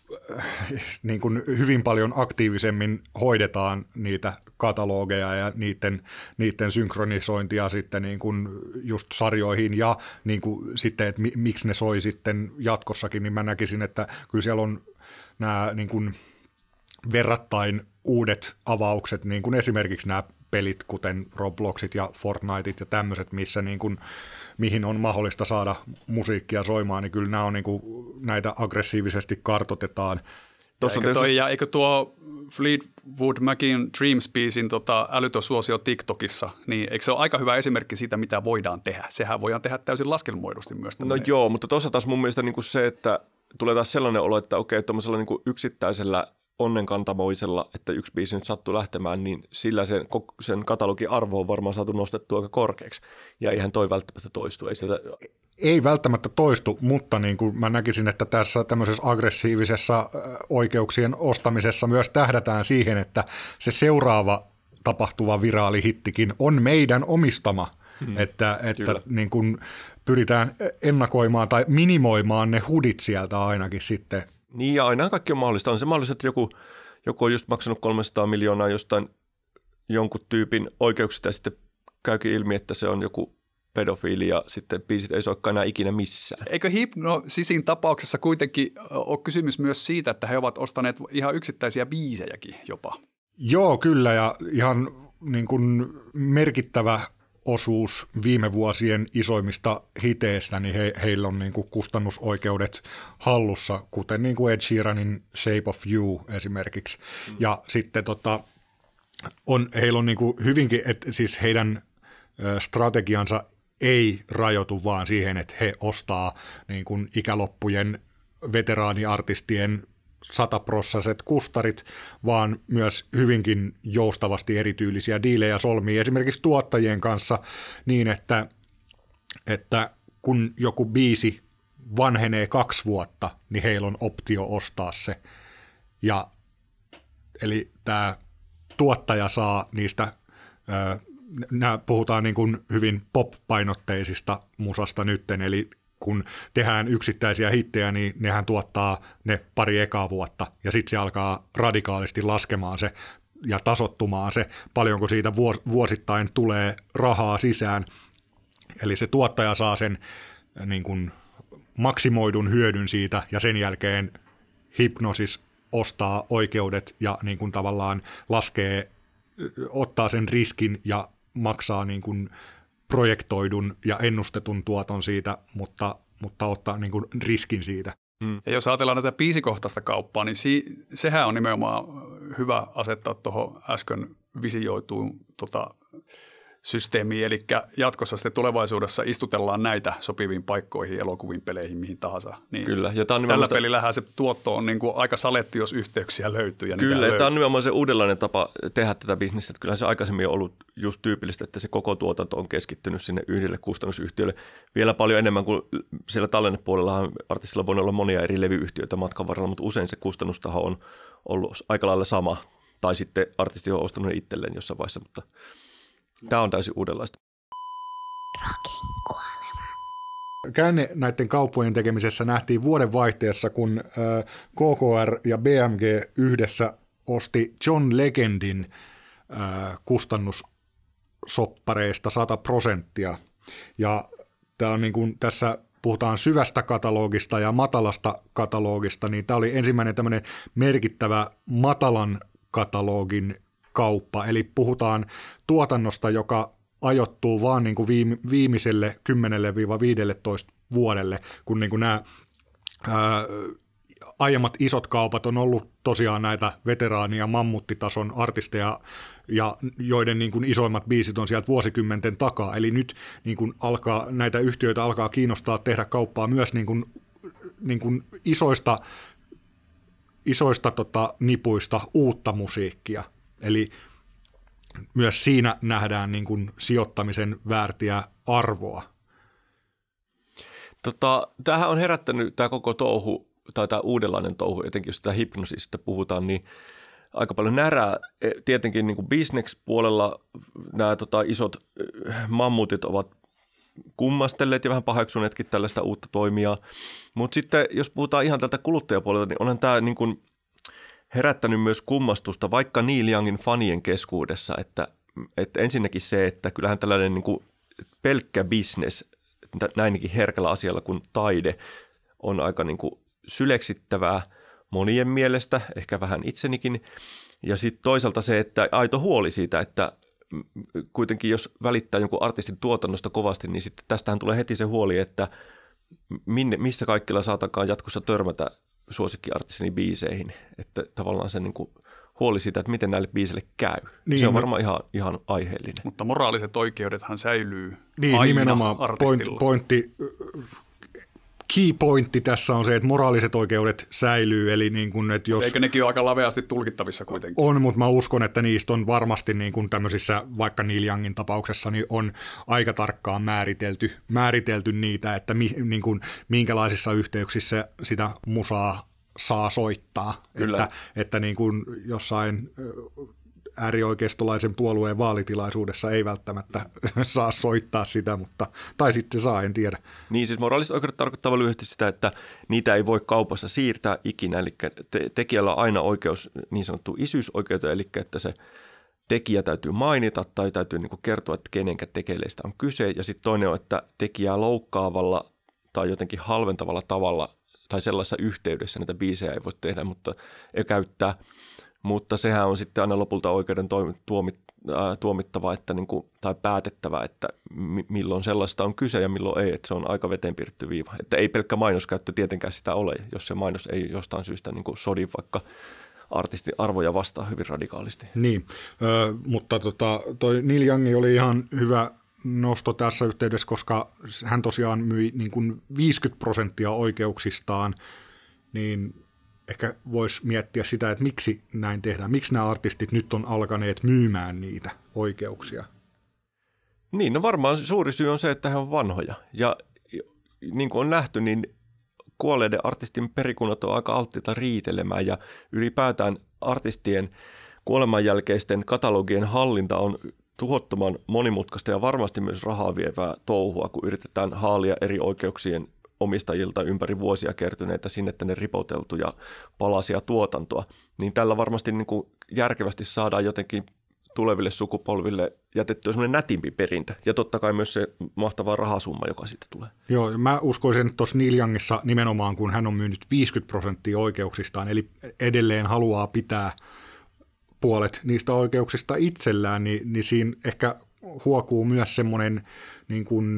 niin kuin hyvin paljon aktiivisemmin hoidetaan niitä katalogeja ja niiden, niiden synkronisointia sitten niin kuin just sarjoihin ja niin kuin sitten, että miksi ne soi sitten jatkossakin, niin mä näkisin, että kyllä siellä on nämä niin kuin verrattain uudet avaukset, niin kuin esimerkiksi nämä pelit, kuten Robloxit ja Fortniteit ja tämmöiset, missä niin kuin, mihin on mahdollista saada musiikkia soimaan, niin kyllä nämä on niin kuin, näitä aggressiivisesti kartoitetaan. Eikö, toi, tietysti... ja eikö tuo Fleetwood Macin Dreams-biisin tota, älytön suosio TikTokissa, niin eikö se ole aika hyvä esimerkki siitä, mitä voidaan tehdä? Sehän voidaan tehdä täysin laskelmoidusti myös. No joo, mutta tuossa taas mun mielestä niin kuin se, että tulee taas sellainen olo, että okei, tuollaisella niin kuin yksittäisellä onnenkantamoisella, että yksi biisi nyt sattuu lähtemään, niin sillä sen, sen katalogin arvo on varmaan saatu nostettua aika korkeaksi. Ja eihän toi välttämättä toistu. Ei, sieltä... Ei välttämättä toistu, mutta niin kuin mä näkisin, että tässä tämmöisessä aggressiivisessa oikeuksien ostamisessa myös tähdätään siihen, että se seuraava tapahtuva viraalihittikin on meidän omistama. Hmm, että että niin kuin pyritään ennakoimaan tai minimoimaan ne hudit sieltä ainakin sitten. Niin ja aina kaikki on mahdollista. On se mahdollista, että joku, joku on just maksanut kolmesataa miljoonaa jostain jonkun tyypin oikeuksista ja sitten käykin ilmi, että se on joku pedofiili ja sitten biisit ei soikaan enää ikinä missään. Eikö Hipgnosisin tapauksessa kuitenkin ole kysymys myös siitä, että he ovat ostaneet ihan yksittäisiä biisejäkin jopa? Joo, kyllä ja ihan niin kuin merkittävä osuus viime vuosien isoimmista hiteistä, niin he, heillä on niin kuin kustannusoikeudet hallussa, kuten niin kuin Ed Sheeranin Shape of You esimerkiksi. Mm. Ja sitten tota, on, heillä on niin kuin hyvinkin, että siis heidän strategiansa ei rajoitu vaan siihen, että he ostaa niin kuin ikäloppujen veteraaniartistien sataprossaset kustarit, vaan myös hyvinkin joustavasti erityylisiä diilejä solmii esimerkiksi tuottajien kanssa niin, että, että kun joku biisi vanhenee kaksi vuotta, niin heillä on optio ostaa se. Ja, eli tämä tuottaja saa niistä, nämä puhutaan niin kuin hyvin pop-painotteisista musasta nytten, eli kun tehdään yksittäisiä hittejä, niin nehän tuottaa ne pari ekaa vuotta, ja sitten se alkaa radikaalisti laskemaan se ja tasottumaan se, paljonko siitä vuosittain tulee rahaa sisään. Eli se tuottaja saa sen niin kuin maksimoidun hyödyn siitä, ja sen jälkeen Hipgnosis ostaa oikeudet ja niin kuin tavallaan laskee, ottaa sen riskin ja maksaa niin kuin projektoidun ja ennustetun tuoton siitä, mutta, mutta ottaa niin kuin riskin siitä. Mm. Ja jos ajatellaan tätä biisikohtaista kauppaa, niin si- sehän on nimenomaan hyvä asettaa tuohon äsken visioituun tota, systeemiin, eli jatkossa sitten tulevaisuudessa istutellaan näitä sopiviin paikkoihin, elokuviin, peleihin, mihin tahansa. Niin Kyllä. Ja tämä on tällä pelillähän se tuotto on niin kuin aika saletti, jos yhteyksiä löytyy. Ja Kyllä, ja tämä on nimenomaan se uudenlainen tapa tehdä tätä bisnestä. Että kyllähän se aikaisemmin on ollut just tyypillistä, että se koko tuotanto on keskittynyt sinne yhdelle kustannusyhtiölle vielä paljon enemmän kuin siellä tallennepuolellahan artistilla voi olla monia eri levyyhtiöitä matkan varrella, mutta usein se kustannustaho on ollut aika lailla sama, tai sitten artisti on ostanut itselleen jossain vaiheessa, mutta tämä on täysin uudenlaista. Rockin kuolema. Käänne näiden kauppojen tekemisessä nähtiin vuoden vaihteessa, kun K K R ja B M G yhdessä osti John Legendin kustannussoppareista sata prosenttia. Ja tämä on niin kuin tässä puhutaan syvästä katalogista ja matalasta katalogista, niin tämä oli ensimmäinen tämmöinen merkittävä matalan katalogin kauppa, eli puhutaan tuotannosta, joka ajoittuu vaan niin kuin viimeiselle kymmenelle viisitoista vuodelle, kun niin kuin nämä ää, aiemmat isot kaupat on ollut tosiaan näitä veteraani- ja mammuttitason artisteja, ja joiden niin kuin isoimmat biisit on sieltä vuosikymmenten takaa, eli nyt niin kuin alkaa, näitä yhtiöitä alkaa kiinnostaa tehdä kauppaa myös niin kuin, niin kuin isoista, isoista tota, nipuista uutta musiikkia. Eli myös siinä nähdään niin kuin sijoittamisen väärtiä arvoa. Tota, tämähän on herättänyt tämä koko touhu, tai tämä uudenlainen touhu, etenkin jos tämä Hipgnosista puhutaan, niin aika paljon närää. Tietenkin niin kuin business-puolella nämä tota, isot mammutit ovat kummastelleet ja vähän paheksuneetkin tällaista uutta toimijaa. Mutta sitten jos puhutaan ihan tältä kuluttajapuolelta, niin onhan tämä niin kuin herättänyt myös kummastusta vaikka Neil Youngin fanien keskuudessa, että, että ensinnäkin se, että kyllähän tällainen niin kuin pelkkä business näinkin herkällä asialla kuin taide on aika niin kuin syleksittävää monien mielestä, ehkä vähän itsenikin. Ja sitten toisaalta se, että aito huoli siitä, että kuitenkin jos välittää jonkun artistin tuotannosta kovasti, niin sitten tästähän tulee heti se huoli, että minne, missä kaikilla saatakaan jatkossa törmätä suosikkiartistini biiseihin, että tavallaan se niin kuin huoli siitä, että miten näille biiseille käy. Niin, se on varmaan ihan, ihan aiheellinen. Mutta moraaliset oikeudethan säilyy niin, aina nimenomaan artistilla. Point, pointti, key pointti tässä on se, että moraaliset oikeudet säilyy. Eli niin kuin, että jos eikö nekin ole aika laveasti tulkittavissa kuitenkin? On, mutta mä uskon, että niistä on varmasti niin kuin tämmöisissä, vaikka Neil Youngin tapauksessa, niin on aika tarkkaan määritelty, määritelty niitä, että mi, niin kuin, minkälaisissa yhteyksissä sitä musaa saa soittaa. Kyllä. Että, että niin kuin jossain äärioikeistolaisen puolueen vaalitilaisuudessa ei välttämättä saa soittaa sitä, mutta, tai sitten saa, en tiedä. Niin siis moraaliset oikeudet tarkoittaa lyhyesti sitä, että niitä ei voi kaupassa siirtää ikinä, eli te- tekijällä on aina oikeus niin sanottuun isyysoikeuteen, eli että se tekijä täytyy mainita tai täytyy niin kuin kertoa, että kenenkä tekeleistä on kyse, ja sitten toinen on, että tekijää loukkaavalla tai jotenkin halventavalla tavalla tai sellaisessa yhteydessä näitä biisejä ei voi tehdä, mutta ei käyttää. Mutta sehän on sitten aina lopulta oikeuden tuomit, äh, tuomittava että niin kuin, tai päätettävä, että mi- milloin sellaista on kyse ja milloin ei. Että se on aika veteen piirretty viiva. Että ei pelkkä mainoskäyttö tietenkään sitä ole, jos se mainos ei jostain syystä niin kuin sodi vaikka artistin arvoja vastaan hyvin radikaalisti. Niin, ö, mutta tota, toi Neil Young oli ihan hyvä nosto tässä yhteydessä, koska hän tosiaan myi niin kuin viisikymmentä prosenttia oikeuksistaan niin ehkä voisi miettiä sitä, että miksi näin tehdään. Miksi nämä artistit nyt on alkaneet myymään niitä oikeuksia? Niin, no varmaan suuri syy on se, että he on vanhoja. Ja niin kuin on nähty, niin kuolleiden artistin perikunnat on aika alttiita riitelemään ja ylipäätään artistien kuoleman jälkeisten katalogien hallinta on tuhottoman monimutkaista ja varmasti myös rahaa vievää touhua, kun yritetään haalia eri oikeuksien omistajilta ympäri vuosia kertyneitä sinne tänne ripoteltuja palasia tuotantoa. Niin tällä varmasti niin kuin järkevästi saadaan jotenkin tuleville sukupolville jätettyä semmoinen nätimpi perintö. Ja totta kai myös se mahtava rahasumma, joka siitä tulee. Joo, mä uskoisin, että tuossa Neil Youngissa nimenomaan, kun hän on myynyt viisikymmentä prosenttia oikeuksistaan, eli edelleen haluaa pitää puolet niistä oikeuksista itsellään, niin, niin siinä ehkä huokuu myös semmoinen niin kuin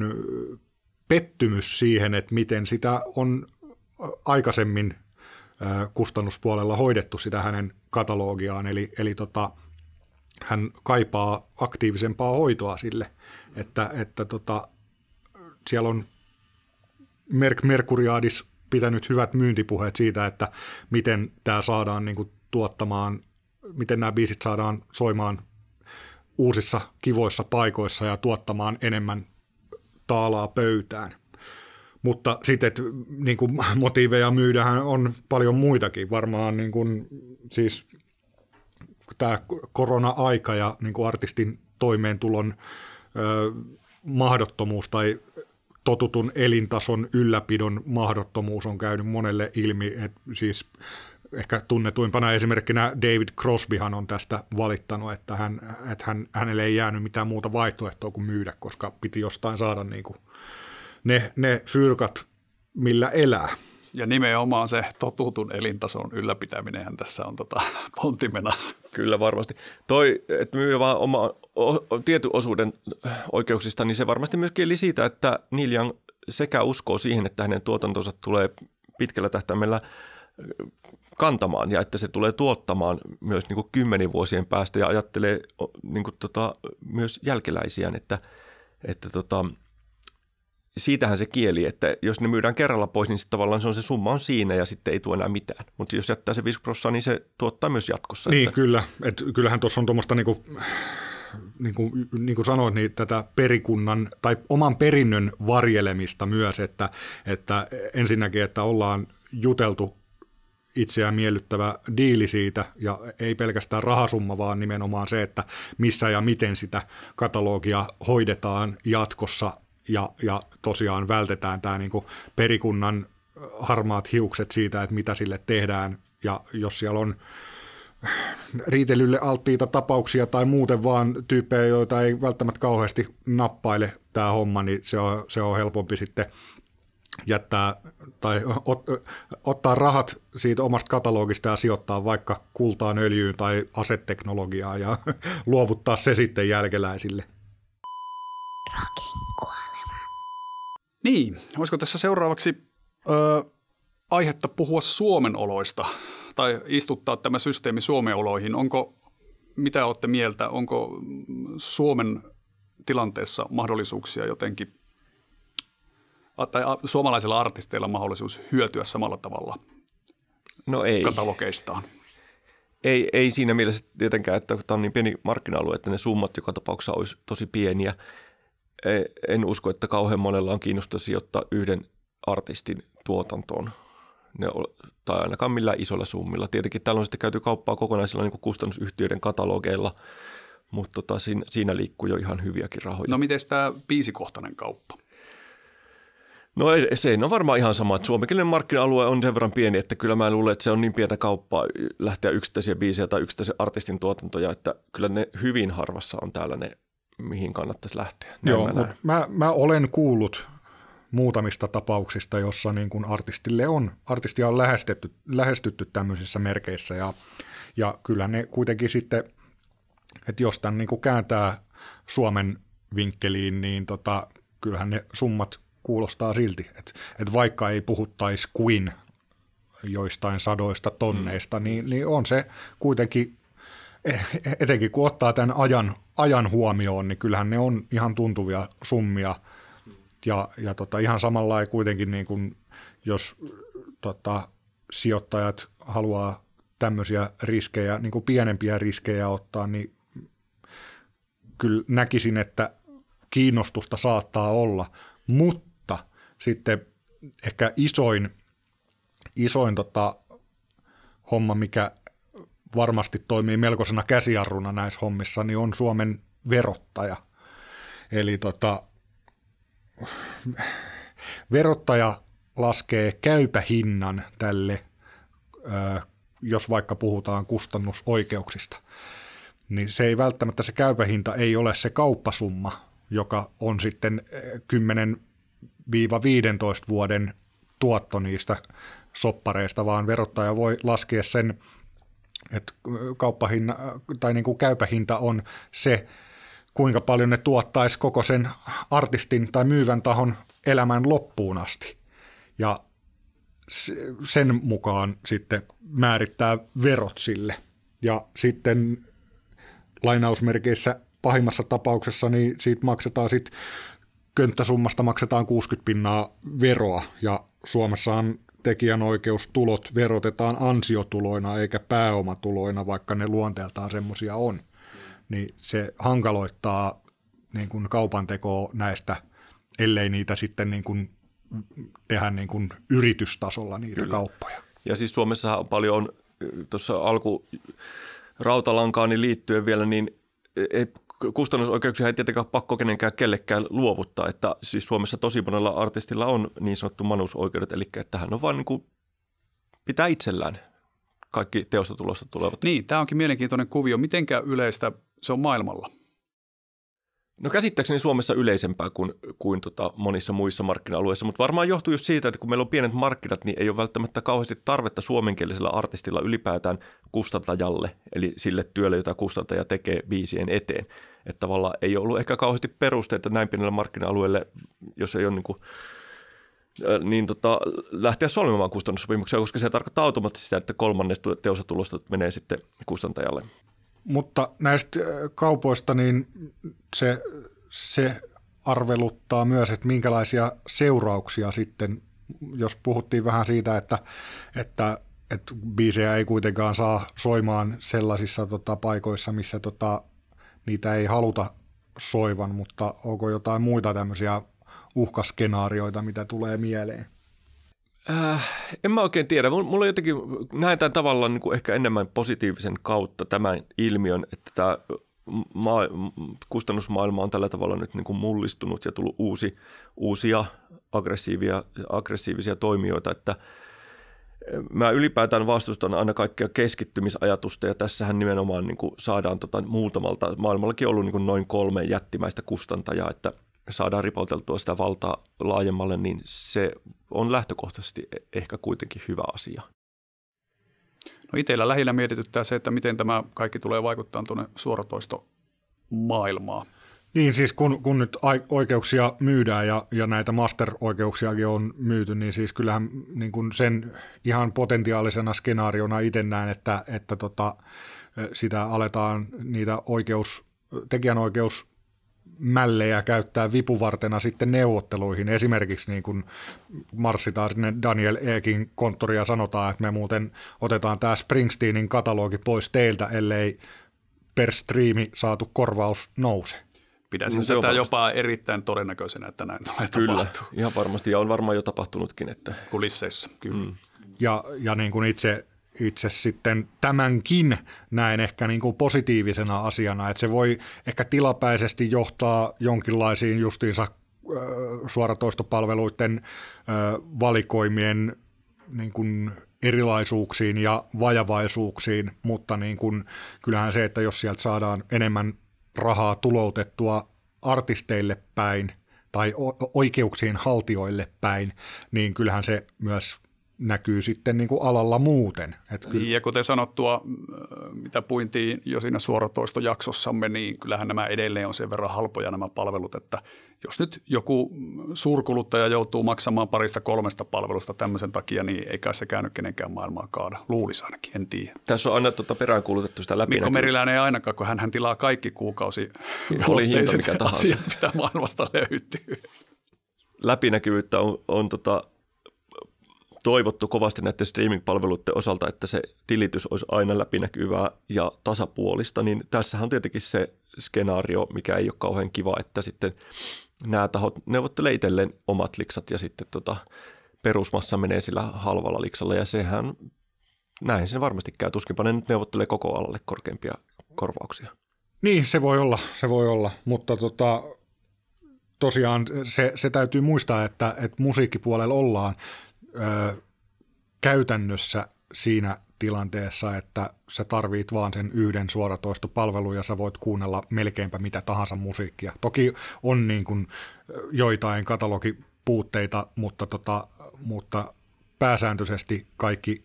pettymys siihen, että miten sitä on aikaisemmin kustannuspuolella hoidettu sitä hänen katalogiaan, eli, eli tota, hän kaipaa aktiivisempaa hoitoa sille, että, että tota, siellä on Merk Merkuriadis pitänyt hyvät myyntipuheet siitä, että miten tämä saadaan niin kuin tuottamaan, miten nämä biisit saadaan soimaan uusissa kivoissa paikoissa ja tuottamaan enemmän taalaa pöytään. Mutta sitten niin kuin motiiveja myydähän on paljon muitakin. Varmaan niin kuin, siis tämä korona-aika ja niin kuin artistin toimeentulon ö, mahdottomuus tai totutun elintason ylläpidon mahdottomuus on käynyt monelle ilmi. Et siis ehkä tunnetuimpana esimerkkinä David Crosbyhan on tästä valittanut, että, hän, että hän, hänelle ei jäänyt mitään muuta vaihtoehtoa kuin myydä, koska piti jostain saada niin kuin ne, ne fyrkat, millä elää. Ja nimenomaan se totutun elintason ylläpitäminenhän tässä on tota pontimena. Kyllä varmasti. Toi, että myy vaan oma o, tietyn osuuden oikeuksista, niin se varmasti myöskin eli siitä, että Neil Young sekä uskoo siihen, että hänen tuotantonsa tulee pitkällä tähtäimellä kantamaan ja että se tulee tuottamaan myös niin kuin kymmenen vuosien päästä ja ajattelee niin kuin tota, myös jälkeläisiään, että, että tota, siitähän se kieli, että jos ne myydään kerralla pois, niin sitten tavallaan se on se summa on siinä ja sitten ei tuo enää mitään. Mutta jos jättää se viisi prosenttia, niin se tuottaa myös jatkossa. Niin, että kyllä. Et kyllähän tuossa on tuommoista, niin kuin, niin kuin, niin kuin sanoit, niin tätä perikunnan tai oman perinnön varjelemista myös, että, että ensinnäkin, että ollaan juteltu itseään miellyttävä diili siitä, ja ei pelkästään rahasumma, vaan nimenomaan se, että missä ja miten sitä katalogia hoidetaan jatkossa, ja, ja tosiaan vältetään tämä niin kuin perikunnan harmaat hiukset siitä, että mitä sille tehdään, ja jos siellä on riitelylle alttiita tapauksia tai muuten vaan tyyppejä, joita ei välttämättä kauheasti nappaile tämä homma, niin se on, se on helpompi sitten jättää tai ot, ottaa rahat siitä omasta katalogista ja sijoittaa vaikka kultaan, öljyyn tai aseteknologiaan ja luovuttaa se sitten jälkeläisille. Rockin kuolema. Niin, olisiko tässä seuraavaksi ö, aihetta puhua Suomen oloista tai istuttaa tämä systeemi Suomen oloihin? Onko, mitä olette mieltä, onko Suomen tilanteessa mahdollisuuksia jotenkin tai suomalaisilla artisteilla mahdollisuus hyötyä samalla tavalla no ei. katalogeistaan? Ei, ei siinä mielessä tietenkään, että tämä on niin pieni markkina-alue, että ne summat joka tapauksessa olisi tosi pieniä. En usko, että kauhean monella on kiinnosta sijoittaa yhden artistin tuotantoon, ne, tai ainakaan millään isolla summilla. Tietenkin täällä on sitten käyty kauppaa kokonaisilla niin kuin kustannusyhtiöiden katalogeilla, mutta tota, siinä, siinä liikkuu jo ihan hyviäkin rahoja. No miten tämä biisikohtainen kauppa? No se on varmaan ihan sama, että suomenkielinen markkina-alue on sen verran pieni, että kyllä mä luulen, että se on niin pientä kauppaa lähteä yksittäisiä biisejä tai yksittäisen artistin tuotantoja, että kyllä ne hyvin harvassa on täällä ne, mihin kannattaisi lähteä. Näin Joo, mä, mutta mä, mä olen kuullut muutamista tapauksista, jossa niin kuin artistille on, artistia on lähestytty, lähestytty tämmöisissä merkeissä ja, ja kyllä ne kuitenkin sitten, että jos tämän niin kuin kääntää Suomen vinkkeliin, niin tota, kyllähän ne summat kuulostaa silti, että, että vaikka ei puhuttaisi kuin joistain sadoista tonneista, mm. niin, niin on se kuitenkin, etenkin kun ottaa tämän ajan, ajan huomioon, niin kyllähän ne on ihan tuntuvia summia. Ja, ja tota, ihan samalla ei kuitenkin, niin kuin, jos tota, sijoittajat haluaa tämmöisiä riskejä, niin kuin pienempiä riskejä ottaa, niin kyllä näkisin, että kiinnostusta saattaa olla, mutta sitten ehkä isoin, isoin tota, homma, mikä varmasti toimii melkoisena käsijarruna näissä hommissa, niin on Suomen verottaja. Eli tota, verottaja laskee käypähinnan tälle, jos vaikka puhutaan kustannusoikeuksista. Niin se ei välttämättä, se käypähinta ei ole se kauppasumma, joka on sitten kymmenen viisitoista vuoden tuotto niistä soppareista, vaan verottaja voi laskea sen, että kauppahinta tai niin kuin käypähinta on se, kuinka paljon ne tuottaisi koko sen artistin tai myyvän tahon elämän loppuun asti. Ja sen mukaan sitten määrittää verot sille. Ja sitten lainausmerkeissä pahimmassa tapauksessa niin siitä maksetaan sitten könttäsummasta maksetaan kuusikymmentä pinnaa veroa ja Suomessahan tekijänoikeustulot verotetaan ansiotuloina eikä pääomatuloina, vaikka ne luonteeltaan semmoisia on. Niin se hankaloittaa niin kuin kaupantekoa näistä, ellei niitä sitten niin kuin tehdä niin kuin yritystasolla niitä Kyllä. kauppoja. Ja siis Suomessahan on paljon tuossa alku rautalankaani liittyen vielä, niin ei, kustannusoikeuksia ei tietenkään pakko kenenkään kellekään luovuttaa, että siis Suomessa tosi monella artistilla on niin sanottu manusoikeudet, eli että hän on vaan niin kuin pitää itsellään kaikki teosta tulosta tulevat. Niin, tämä onkin mielenkiintoinen kuvio. Mitenkä yleistä se on maailmalla? No käsittääkseni Suomessa yleisempää kuin, kuin tota monissa muissa markkina-alueissa, mutta varmaan johtuu just siitä, että kun meillä on pienet markkinat, niin ei ole välttämättä kauheasti tarvetta suomenkielisellä artistilla ylipäätään kustantajalle, eli sille työlle, jota kustantaja tekee biisien eteen. Että tavallaan ei ollut ehkä kauheasti perusteita näin pienellä markkina-alueelle, jos ei ole niin kuin, niin tota, lähteä solmimaan kustannussopimuksia, koska se tarkoittaa automaattisesti sitä, että kolmannes teosatulosta menee sitten kustantajalle. Mutta näistä kaupoista niin se, se arveluttaa myös, että minkälaisia seurauksia sitten, jos puhuttiin vähän siitä, että, että, että biisejä ei kuitenkaan saa soimaan sellaisissa tota, paikoissa, missä tota, niitä ei haluta soivan, mutta onko jotain muita tämmöisiä uhkaskenaarioita, mitä tulee mieleen? Äh, en mä oikein tiedä. Mulla on jotenkin, näen tämän tavallaan niin kuin ehkä enemmän positiivisen kautta tämän ilmiön, että tämä maa, kustannusmaailma on tällä tavalla nyt niin kuin mullistunut ja tullut uusi, uusia aggressiivia, aggressiivisia toimijoita, että mä ylipäätään vastustan aina kaikkea keskittymisajatusta ja tässähän nimenomaan niin kuin saadaan tota muutamalta, maailmallakin ollut niin kuin noin kolme jättimäistä kustantajaa, että saadaan ripauteltua sitä valtaa laajemmalle, niin se on lähtökohtaisesti ehkä kuitenkin hyvä asia. No itsellä lähinnä mietityttää se, että miten tämä kaikki tulee vaikuttaa tuonne suoratoistomaailmaan. Niin siis kun, kun nyt oikeuksia myydään ja, ja näitä master-oikeuksiakin on myyty, niin siis kyllähän niin kuin sen ihan potentiaalisena skenaariona itse näen, että, että tota, sitä aletaan niitä oikeus, tekijänoikeus mällejä käyttää vipuvartena sitten neuvotteluihin. Esimerkiksi niin kun marssitaan sinne Daniel Ekin konttoria ja sanotaan, että me muuten otetaan tämä Springsteenin katalogi pois teiltä, ellei per striimi saatu korvaus nouse. Pitäisin no, tätä jopa erittäin todennäköisenä, että näin tulee Kyllä, tapahtua. ihan varmasti, ja on varmaan jo tapahtunutkin. Että kulisseissa, kyllä. Mm. Ja, ja niin kuin itse Itse sitten tämänkin näen ehkä niin kuin positiivisena asiana, että se voi ehkä tilapäisesti johtaa jonkinlaisiin justiinsa suoratoistopalveluiden valikoimien niin kuin erilaisuuksiin ja vajavaisuuksiin, mutta niin kuin, kyllähän se, että jos sieltä saadaan enemmän rahaa tuloutettua artisteille päin tai oikeuksien haltijoille päin, niin kyllähän se myös näkyy sitten niin kuin alalla muuten. Että kyllä. Ja kuten sanottua, mitä puintiin jo siinä suoratoistojaksossamme, niin kyllähän nämä edelleen on sen verran halpoja nämä palvelut, että jos nyt joku suurkuluttaja joutuu maksamaan parista kolmesta palvelusta tämmöisen takia, niin ei kai se käynyt kenenkään maailmaa kaada. Luulisi ainakin, en tiedä. Tässä on aina tuota peräänkuulutettu sitä läpinäkyvyyttä. Mikko Meriläinen ei ainakaan, kun hän tilaa kaikki kuukausi oli hinta mikä tahansa. Asiat, mitä maailmasta löytyy. Läpinäkyvyyttä on, on tota toivottu kovasti näiden streaming-palveluiden osalta, että se tilitys olisi aina läpinäkyvää ja tasapuolista, niin tässähän on tietenkin se skenaario, mikä ei ole kauhean kiva, että sitten nämä tahot neuvottelee itselleen omat liksat ja sitten tota perusmassa menee sillä halvalla liksalla ja sehän, näin se varmasti käy, tuskinpa ne nyt neuvottelee koko alalle korkeampia korvauksia. Niin, se voi olla, se voi olla, mutta tota, tosiaan se, se täytyy muistaa, että, että musiikkipuolella ollaan ö, käytännössä siinä tilanteessa, että sä tarvit vaan sen yhden suoratoistopalvelun ja sä voit kuunnella melkeinpä mitä tahansa musiikkia. Toki on niin kuin joitain katalogipuutteita, mutta, tota, mutta pääsääntöisesti kaikki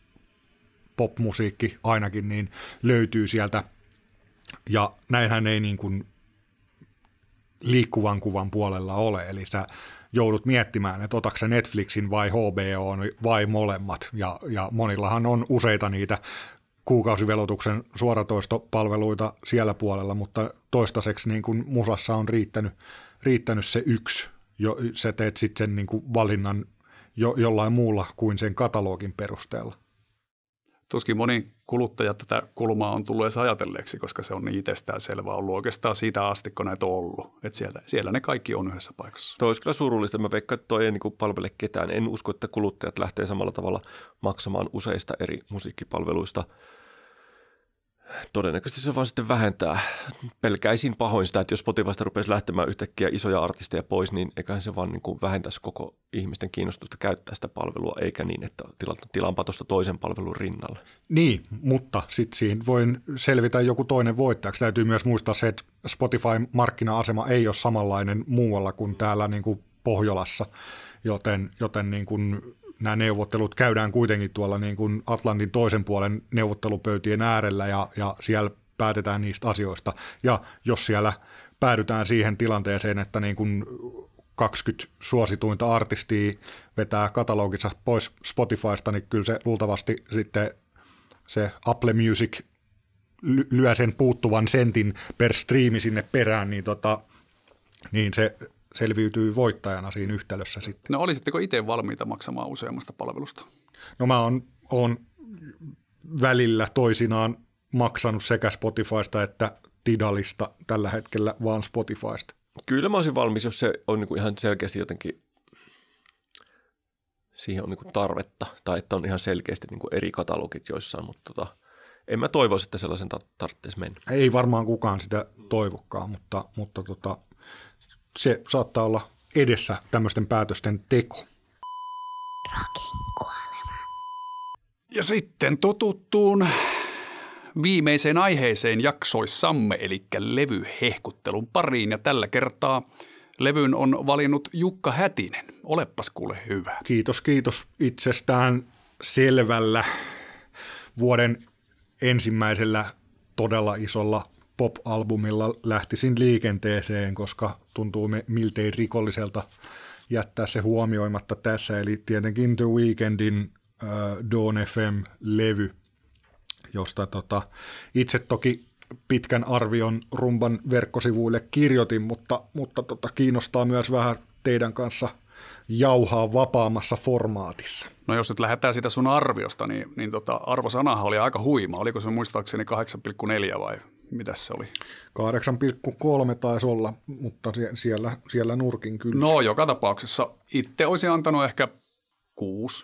popmusiikki ainakin niin löytyy sieltä. Ja näinhän ei niin kuin liikkuvan kuvan puolella ole, eli sä joudut miettimään, että otatko sä Netflixin vai H B O vai molemmat, ja, ja monillahan on useita niitä kuukausivelotuksen suoratoistopalveluita siellä puolella, mutta toistaiseksi niin kuin musassa on riittänyt, riittänyt se yksi, jo, sä teet sitten sen niin kuin valinnan jo, jollain muulla kuin sen katalogin perusteella. Tuskin moni kuluttaja tätä kulmaa on tullut edes ajatelleeksi, koska se on niin itsestään selvää ollut oikeastaan siitä asti, kun näitä on ollut. Että siellä, siellä ne kaikki on yhdessä paikassa. Toi olisi kyllä surullista. Mä veikkaan, että toi ei niin palvele ketään. En usko, että kuluttajat lähtee samalla tavalla maksamaan useista eri musiikkipalveluista. Todennäköisesti se vaan sitten vähentää. Pelkäisin pahoin sitä, että jos Spotifysta rupeaisi lähtemään yhtäkkiä isoja artisteja pois, niin eiköhän se vaan niin kuin vähentäisi koko ihmisten kiinnostusta käyttää sitä palvelua, eikä niin, että tilaanpa tuosta toisen palvelun rinnalle. Niin, mutta sitten siinä voin selvitä joku toinen voittajaksi. Täytyy myös muistaa se, että Spotify-markkina-asema ei ole samanlainen muualla kuin täällä niin kuin Pohjolassa, joten, joten niin kuin nämä neuvottelut käydään kuitenkin tuolla niin kuin Atlantin toisen puolen neuvottelupöytien äärellä ja, ja siellä päätetään niistä asioista. Ja jos siellä päädytään siihen tilanteeseen, että niin kuin kaksikymmentä suosituinta artistia vetää katalogissa pois Spotifysta, niin kyllä se luultavasti sitten se Apple Music lyö sen puuttuvan sentin per striimi sinne perään, niin, tota, niin se selviytyy voittajana siinä yhtälössä sitten. No olisitteko itse valmiita maksamaan useammasta palvelusta? No mä oon, oon välillä toisinaan maksanut sekä Spotifysta että Tidalista tällä hetkellä vaan Spotifysta. Kyllä mä olisin valmis, jos se on niin kuin ihan selkeästi jotenkin, siihen on niin kuin tarvetta tai että on ihan selkeästi niin kuin eri katalogit joissain, mutta tota, en mä toivoisi, että sellaisen tar- tarvitsisi mennä. Ei varmaan kukaan sitä toivokaan, mutta, mutta tota, se saattaa olla edessä tämmöisten päätösten teko. Rockin kuolema. Ja sitten totuttuun viimeiseen aiheeseen jaksoissamme, eli levyhehkuttelun pariin. Ja tällä kertaa levyn on valinnut Jukka Hätinen. Olepas kuule hyvä. Kiitos, kiitos itsestään selvällä vuoden ensimmäisellä todella isolla pop-albumilla lähtisin liikenteeseen, koska tuntuu me miltei rikolliselta jättää se huomioimatta tässä. Eli tietenkin The Weekndin äh, Dawn F M-levy, josta tota, itse toki pitkän arvion Rumban verkkosivuille kirjoitin, mutta, mutta tota, kiinnostaa myös vähän teidän kanssa jauhaa vapaammassa formaatissa. No jos nyt lähdetään siitä sun arviosta, niin, niin tota, arvosanahan oli aika huima. Oliko se muistaakseni kahdeksan pilkku neljä vai mitäs se oli? kahdeksan pilkku kolme taisi olla, mutta siellä, siellä nurkin kyllä. No joka tapauksessa itse olisin antanut ehkä kuusi.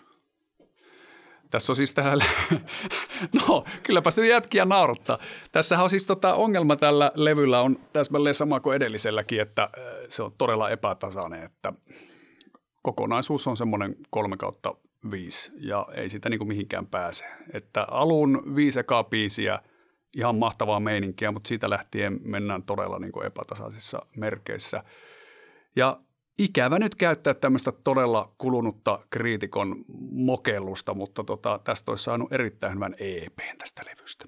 Tässä on siis täällä, no kylläpä sitä jätkiä naurattaa. Tässähän on siis tota, ongelma tällä levyllä on täsmälleen sama kuin edelliselläkin, että se on todella epätasainen, että kokonaisuus on semmoinen kolme kautta viisi ja ei sitä niin kuin mihinkään pääse. Että alun viisi ekaa biisiä, ihan mahtavaa meininkiä, mutta siitä lähtien mennään todella niin kuin epätasaisissa merkeissä. Ja ikävä nyt käyttää tämmöistä todella kulunutta kriitikon mokellusta, mutta tota, tästä olisi saanut erittäin hyvän E P:n tästä levystä.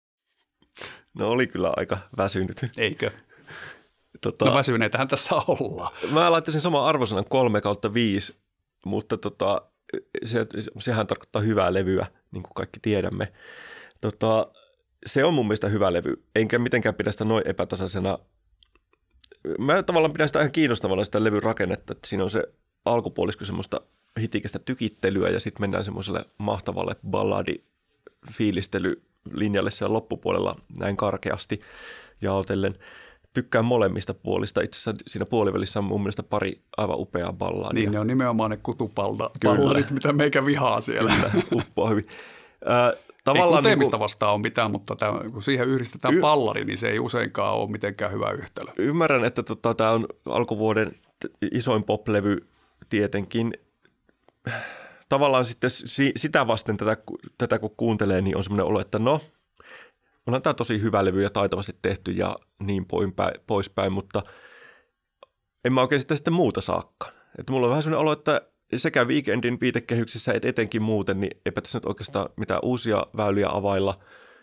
No oli kyllä aika väsynyt. Eikö? Tota, no väsyneitähän tässä ollaan. Mä laittaisin saman arvosanan kolme kautta viisi, mutta tota, se, sehän tarkoittaa hyvää levyä, niin kuin kaikki tiedämme. Tota, se on mun mielestä hyvä levy, enkä mitenkään pidä sitä noin epätasaisena. Mä tavallaan pidän sitä ihan kiinnostavana sitä levyn rakennetta, että siinä on se alkupuolisko semmoista hitikästä tykittelyä ja sitten mennään semmoiselle mahtavalle balladi-fiilistelylinjalle siellä loppupuolella näin karkeasti jaotellen. Tykkään molemmista puolista. Itse asiassa siinä puolivälissä on mun mielestä pari aivan upeaa balladia. Niin, ne on nimenomaan ne kutupalladit, mitä meikä vihaa siellä. Kyllä, uppoa hyvin. Äh, Ei kutemista vastaan ole mitään, mutta tämän, kun siihen yhdistetään y- pallari, niin se ei useinkaan ole mitenkään hyvä yhtälö. Ymmärrän, että tota, tämä on alkuvuoden isoin pop-levy tietenkin. Tavallaan sitten si- sitä vasten tätä, tätä kun kuuntelee, niin on semmoinen olo, että no, onhan tämä tosi hyvä levy ja taitavasti tehty ja niin poispäin, mutta en mä oikein sitä sitten muuta saakkaan. Että mulla on vähän semmoinen olo, että sekä Weekendin viitekehyksissä että etenkin muuten, niin eipä tässä nyt oikeastaan mitään uusia väyliä availla.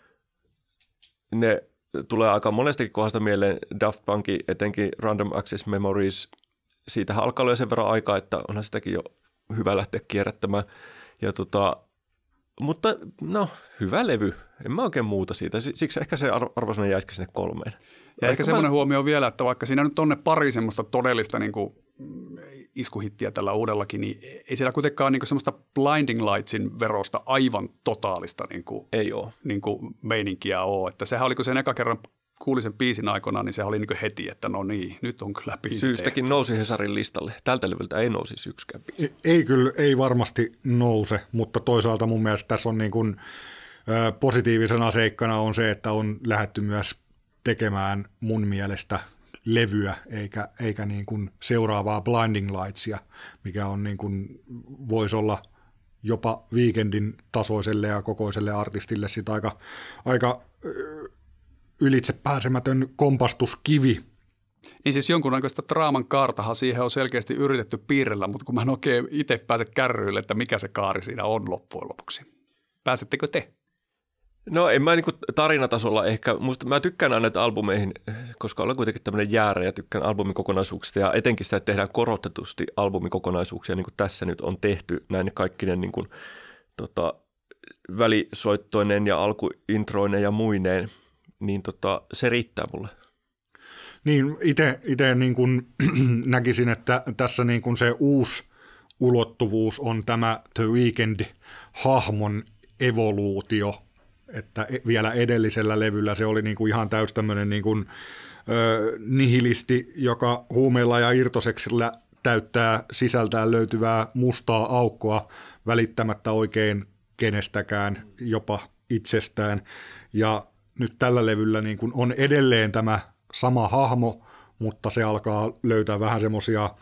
Ne tulee aika monestakin kohdasta mieleen, Daft Punkin, etenkin Random Access Memories. Siitähän alkaa olla sen verran aikaa, että onhan sitäkin jo hyvä lähteä kierrättämään. Ja tota, mutta no, hyvä levy. En mä oikein muuta siitä. Siksi ehkä se arvosana jäisikin sinne kolmeen. Ja ehkä semmoinen mä... huomio vielä, että vaikka siinä nyt on ne pari semmoista todellista niin kuin iskuhittiä tällä uudellakin, niin ei siellä kuitenkaan niin kuin semmoista Blinding Lightsin verosta aivan totaalista niin kuin, ei ole. Niin kuin meininkiä ole. Että sehän oli, kun sen eka kerran kuulin sen biisin aikana, niin se oli niin kuin heti, että no niin, nyt on kyllä biisi. Syystäkin nousi Hesarin listalle. Tältä levyltä ei nousisi yksikään biisi. Ei, ei kyllä, ei varmasti nouse, mutta toisaalta mun mielestä tässä on niin kuin, ö, positiivisena seikkana on se, että on lähdetty myös tekemään mun mielestä levyä, eikä, eikä niin kuin seuraavaa Blinding Lightsia, mikä on niin kuin, voisi olla jopa Weekendin tasoiselle ja kokoiselle artistille sit aika, aika ylitse pääsemätön kompastuskivi. Niin siis jonkunnäköistä draaman kaartahan siihen on selkeästi yritetty piirrellä, mutta kun mä en oikein itse pääse kärryille, että mikä se kaari siinä on loppujen lopuksi. Pääsettekö te? No en mä niinku tarinatasolla ehkä, musta mä tykkään aina näitä albumeihin, koska olen kuitenkin tämmöinen jäärä ja tykkään albumikokonaisuuksista ja etenkin sitä, että tehdään korotetusti albumikokonaisuuksia, niin kuin tässä nyt on tehty näin kaikkinen niin kuin, tota, välisoittoinen ja alkuintroinen ja muineen, niin tota, se riittää mulle. Niin itse niin kuin näkisin, että tässä niin kuin se uusi ulottuvuus on tämä The Weeknd-hahmon evoluutio, että vielä edellisellä levyllä se oli niin kuin ihan täys tämmöinen niin kuin, ö, nihilisti, joka huumeilla ja irtoseksillä täyttää sisältään löytyvää mustaa aukkoa välittämättä oikein kenestäkään, jopa itsestään. Ja nyt tällä levyllä niin kuin on edelleen tämä sama hahmo, mutta se alkaa löytää vähän semmoisia,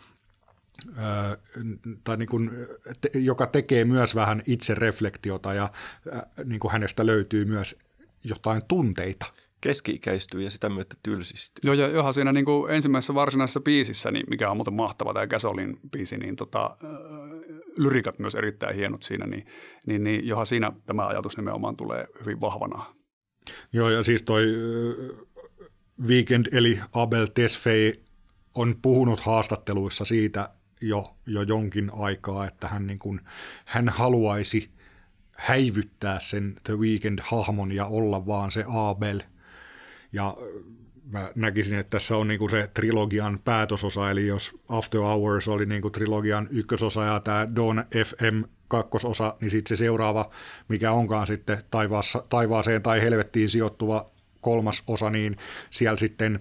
tai niin kuin, te, joka tekee myös vähän itsereflektiota ja äh, niin kuin hänestä löytyy myös jotain tunteita. Keski-ikäistyy ja sitä myötä tylsistyy. Joo, ja johan siinä niin kuin ensimmäisessä varsinaisessa biisissä, niin mikä on muuten mahtava, tämä Gasolin biisi, niin tota, äh, lyrikat myös erittäin hienot siinä, niin, niin, niin johan siinä tämä ajatus nimenomaan tulee hyvin vahvana. Joo, ja siis toi äh, Weeknd eli Abel Tesfaye on puhunut haastatteluissa siitä jo, jo jonkin aikaa, että hän, niin kuin, hän haluaisi häivyttää sen The Weeknd-hahmon ja olla vaan se Abel. Ja mä näkisin, että tässä on niin kuin se trilogian päätösosa, eli jos After Hours oli niin kuin trilogian ykkösosa ja tämä Dawn F M kakkososa, niin sitten se seuraava, mikä onkaan sitten taivaassa, taivaaseen tai helvettiin sijoittuva kolmas osa, niin siellä sitten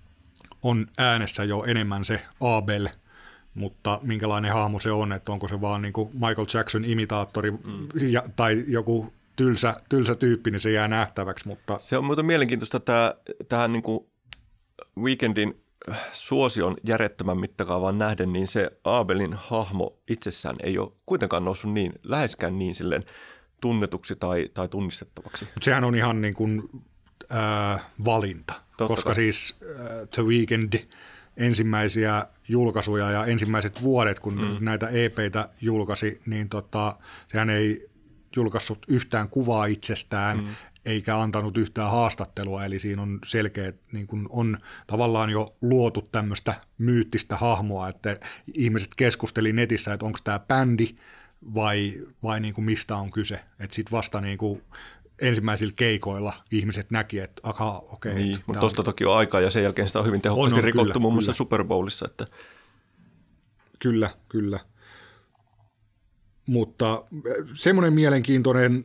on äänessä jo enemmän se Abel, mutta minkälainen hahmo se on, että onko se vaan niin kuin Michael Jackson imitaattori mm. ja, tai joku tylsä, tylsä tyyppi, niin se jää nähtäväksi. Mutta... Se on muuten mielenkiintoista, tämä, tähän niin kuin Weekendin suosion järjettömän mittakaavan nähden, niin se Abelin hahmo itsessään ei ole kuitenkaan noussut niin, läheskään niin silleen tunnetuksi tai, tai tunnistettavaksi. Sehän on ihan niin kuin äh, valinta, Totta koska kai. siis äh, The Weeknd ensimmäisiä julkaisuja ja ensimmäiset vuodet, kun mm. näitä E P:itä julkaisi, niin tota, sehän ei julkaissut yhtään kuvaa itsestään, mm. eikä antanut yhtään haastattelua, eli siinä on selkeä, niin kun on tavallaan jo luotu tämmöistä myyttistä hahmoa, että ihmiset keskusteli netissä, että onko tämä bändi vai, vai niin kuin mistä on kyse, että sitten vasta niin kuin ensimmäisillä keikoilla ihmiset näki, että aha, okei. Okay, niin, mutta tuosta on... toki on aikaa ja sen jälkeen sitä on hyvin tehokkaasti on, on, rikottu kyllä, muun muassa kyllä. Super Bowlissa. Että... Kyllä, kyllä. mutta semmoinen mielenkiintoinen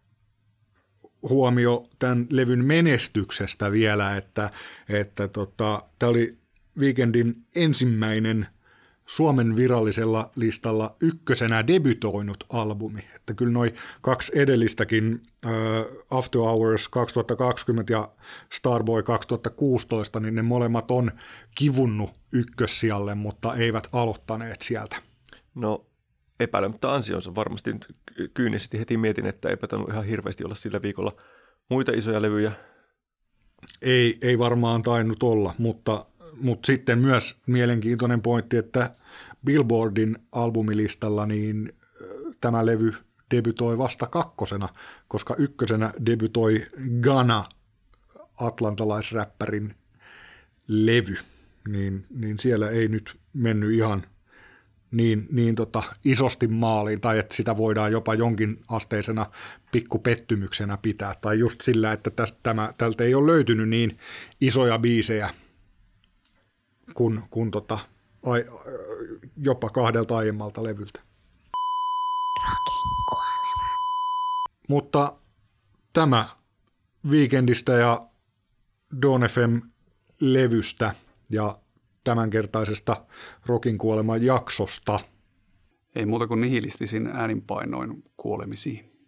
huomio tämän levyn menestyksestä vielä, että, että tota, tämä oli Weekendin ensimmäinen Suomen virallisella listalla ykkösenä debytoinut albumi. Että kyllä noi kaksi edellistäkin, uh, After Hours kaksituhattakaksikymmentä ja Starboy kaksituhattakuusitoista, niin ne molemmat on kivunnut ykkössijalle, mutta eivät aloittaneet sieltä. No epäilemättä ansionsa. Varmasti nyt kyynisesti heti mietin, että eipä tainnut ihan hirveästi olla sillä viikolla muita isoja levyjä. Ei, ei varmaan tainnut olla, mutta, mutta sitten myös mielenkiintoinen pointti, että Billboardin albumilistalla niin tämä levy debytoi vasta kakkosena, koska ykkösenä debytoi Ghana, atlantalaisräppärin levy, niin, niin siellä ei nyt mennyt ihan niin, niin tota, isosti maaliin, tai että sitä voidaan jopa jonkin asteisena pikkupettymyksenä pitää, tai just sillä, että tästä, tämä, tältä ei ole löytynyt niin isoja biisejä kuin, kuin tota, ai, jopa kahdelta aiemmalta levyltä. Rockin kuolema. Mutta tämä Weekendistä ja Dawn F M-levystä ja tämänkertaisesta Rockin kuoleman jaksosta. Ei muuta kuin nihilistisin ääninpainoin kuolemisiin.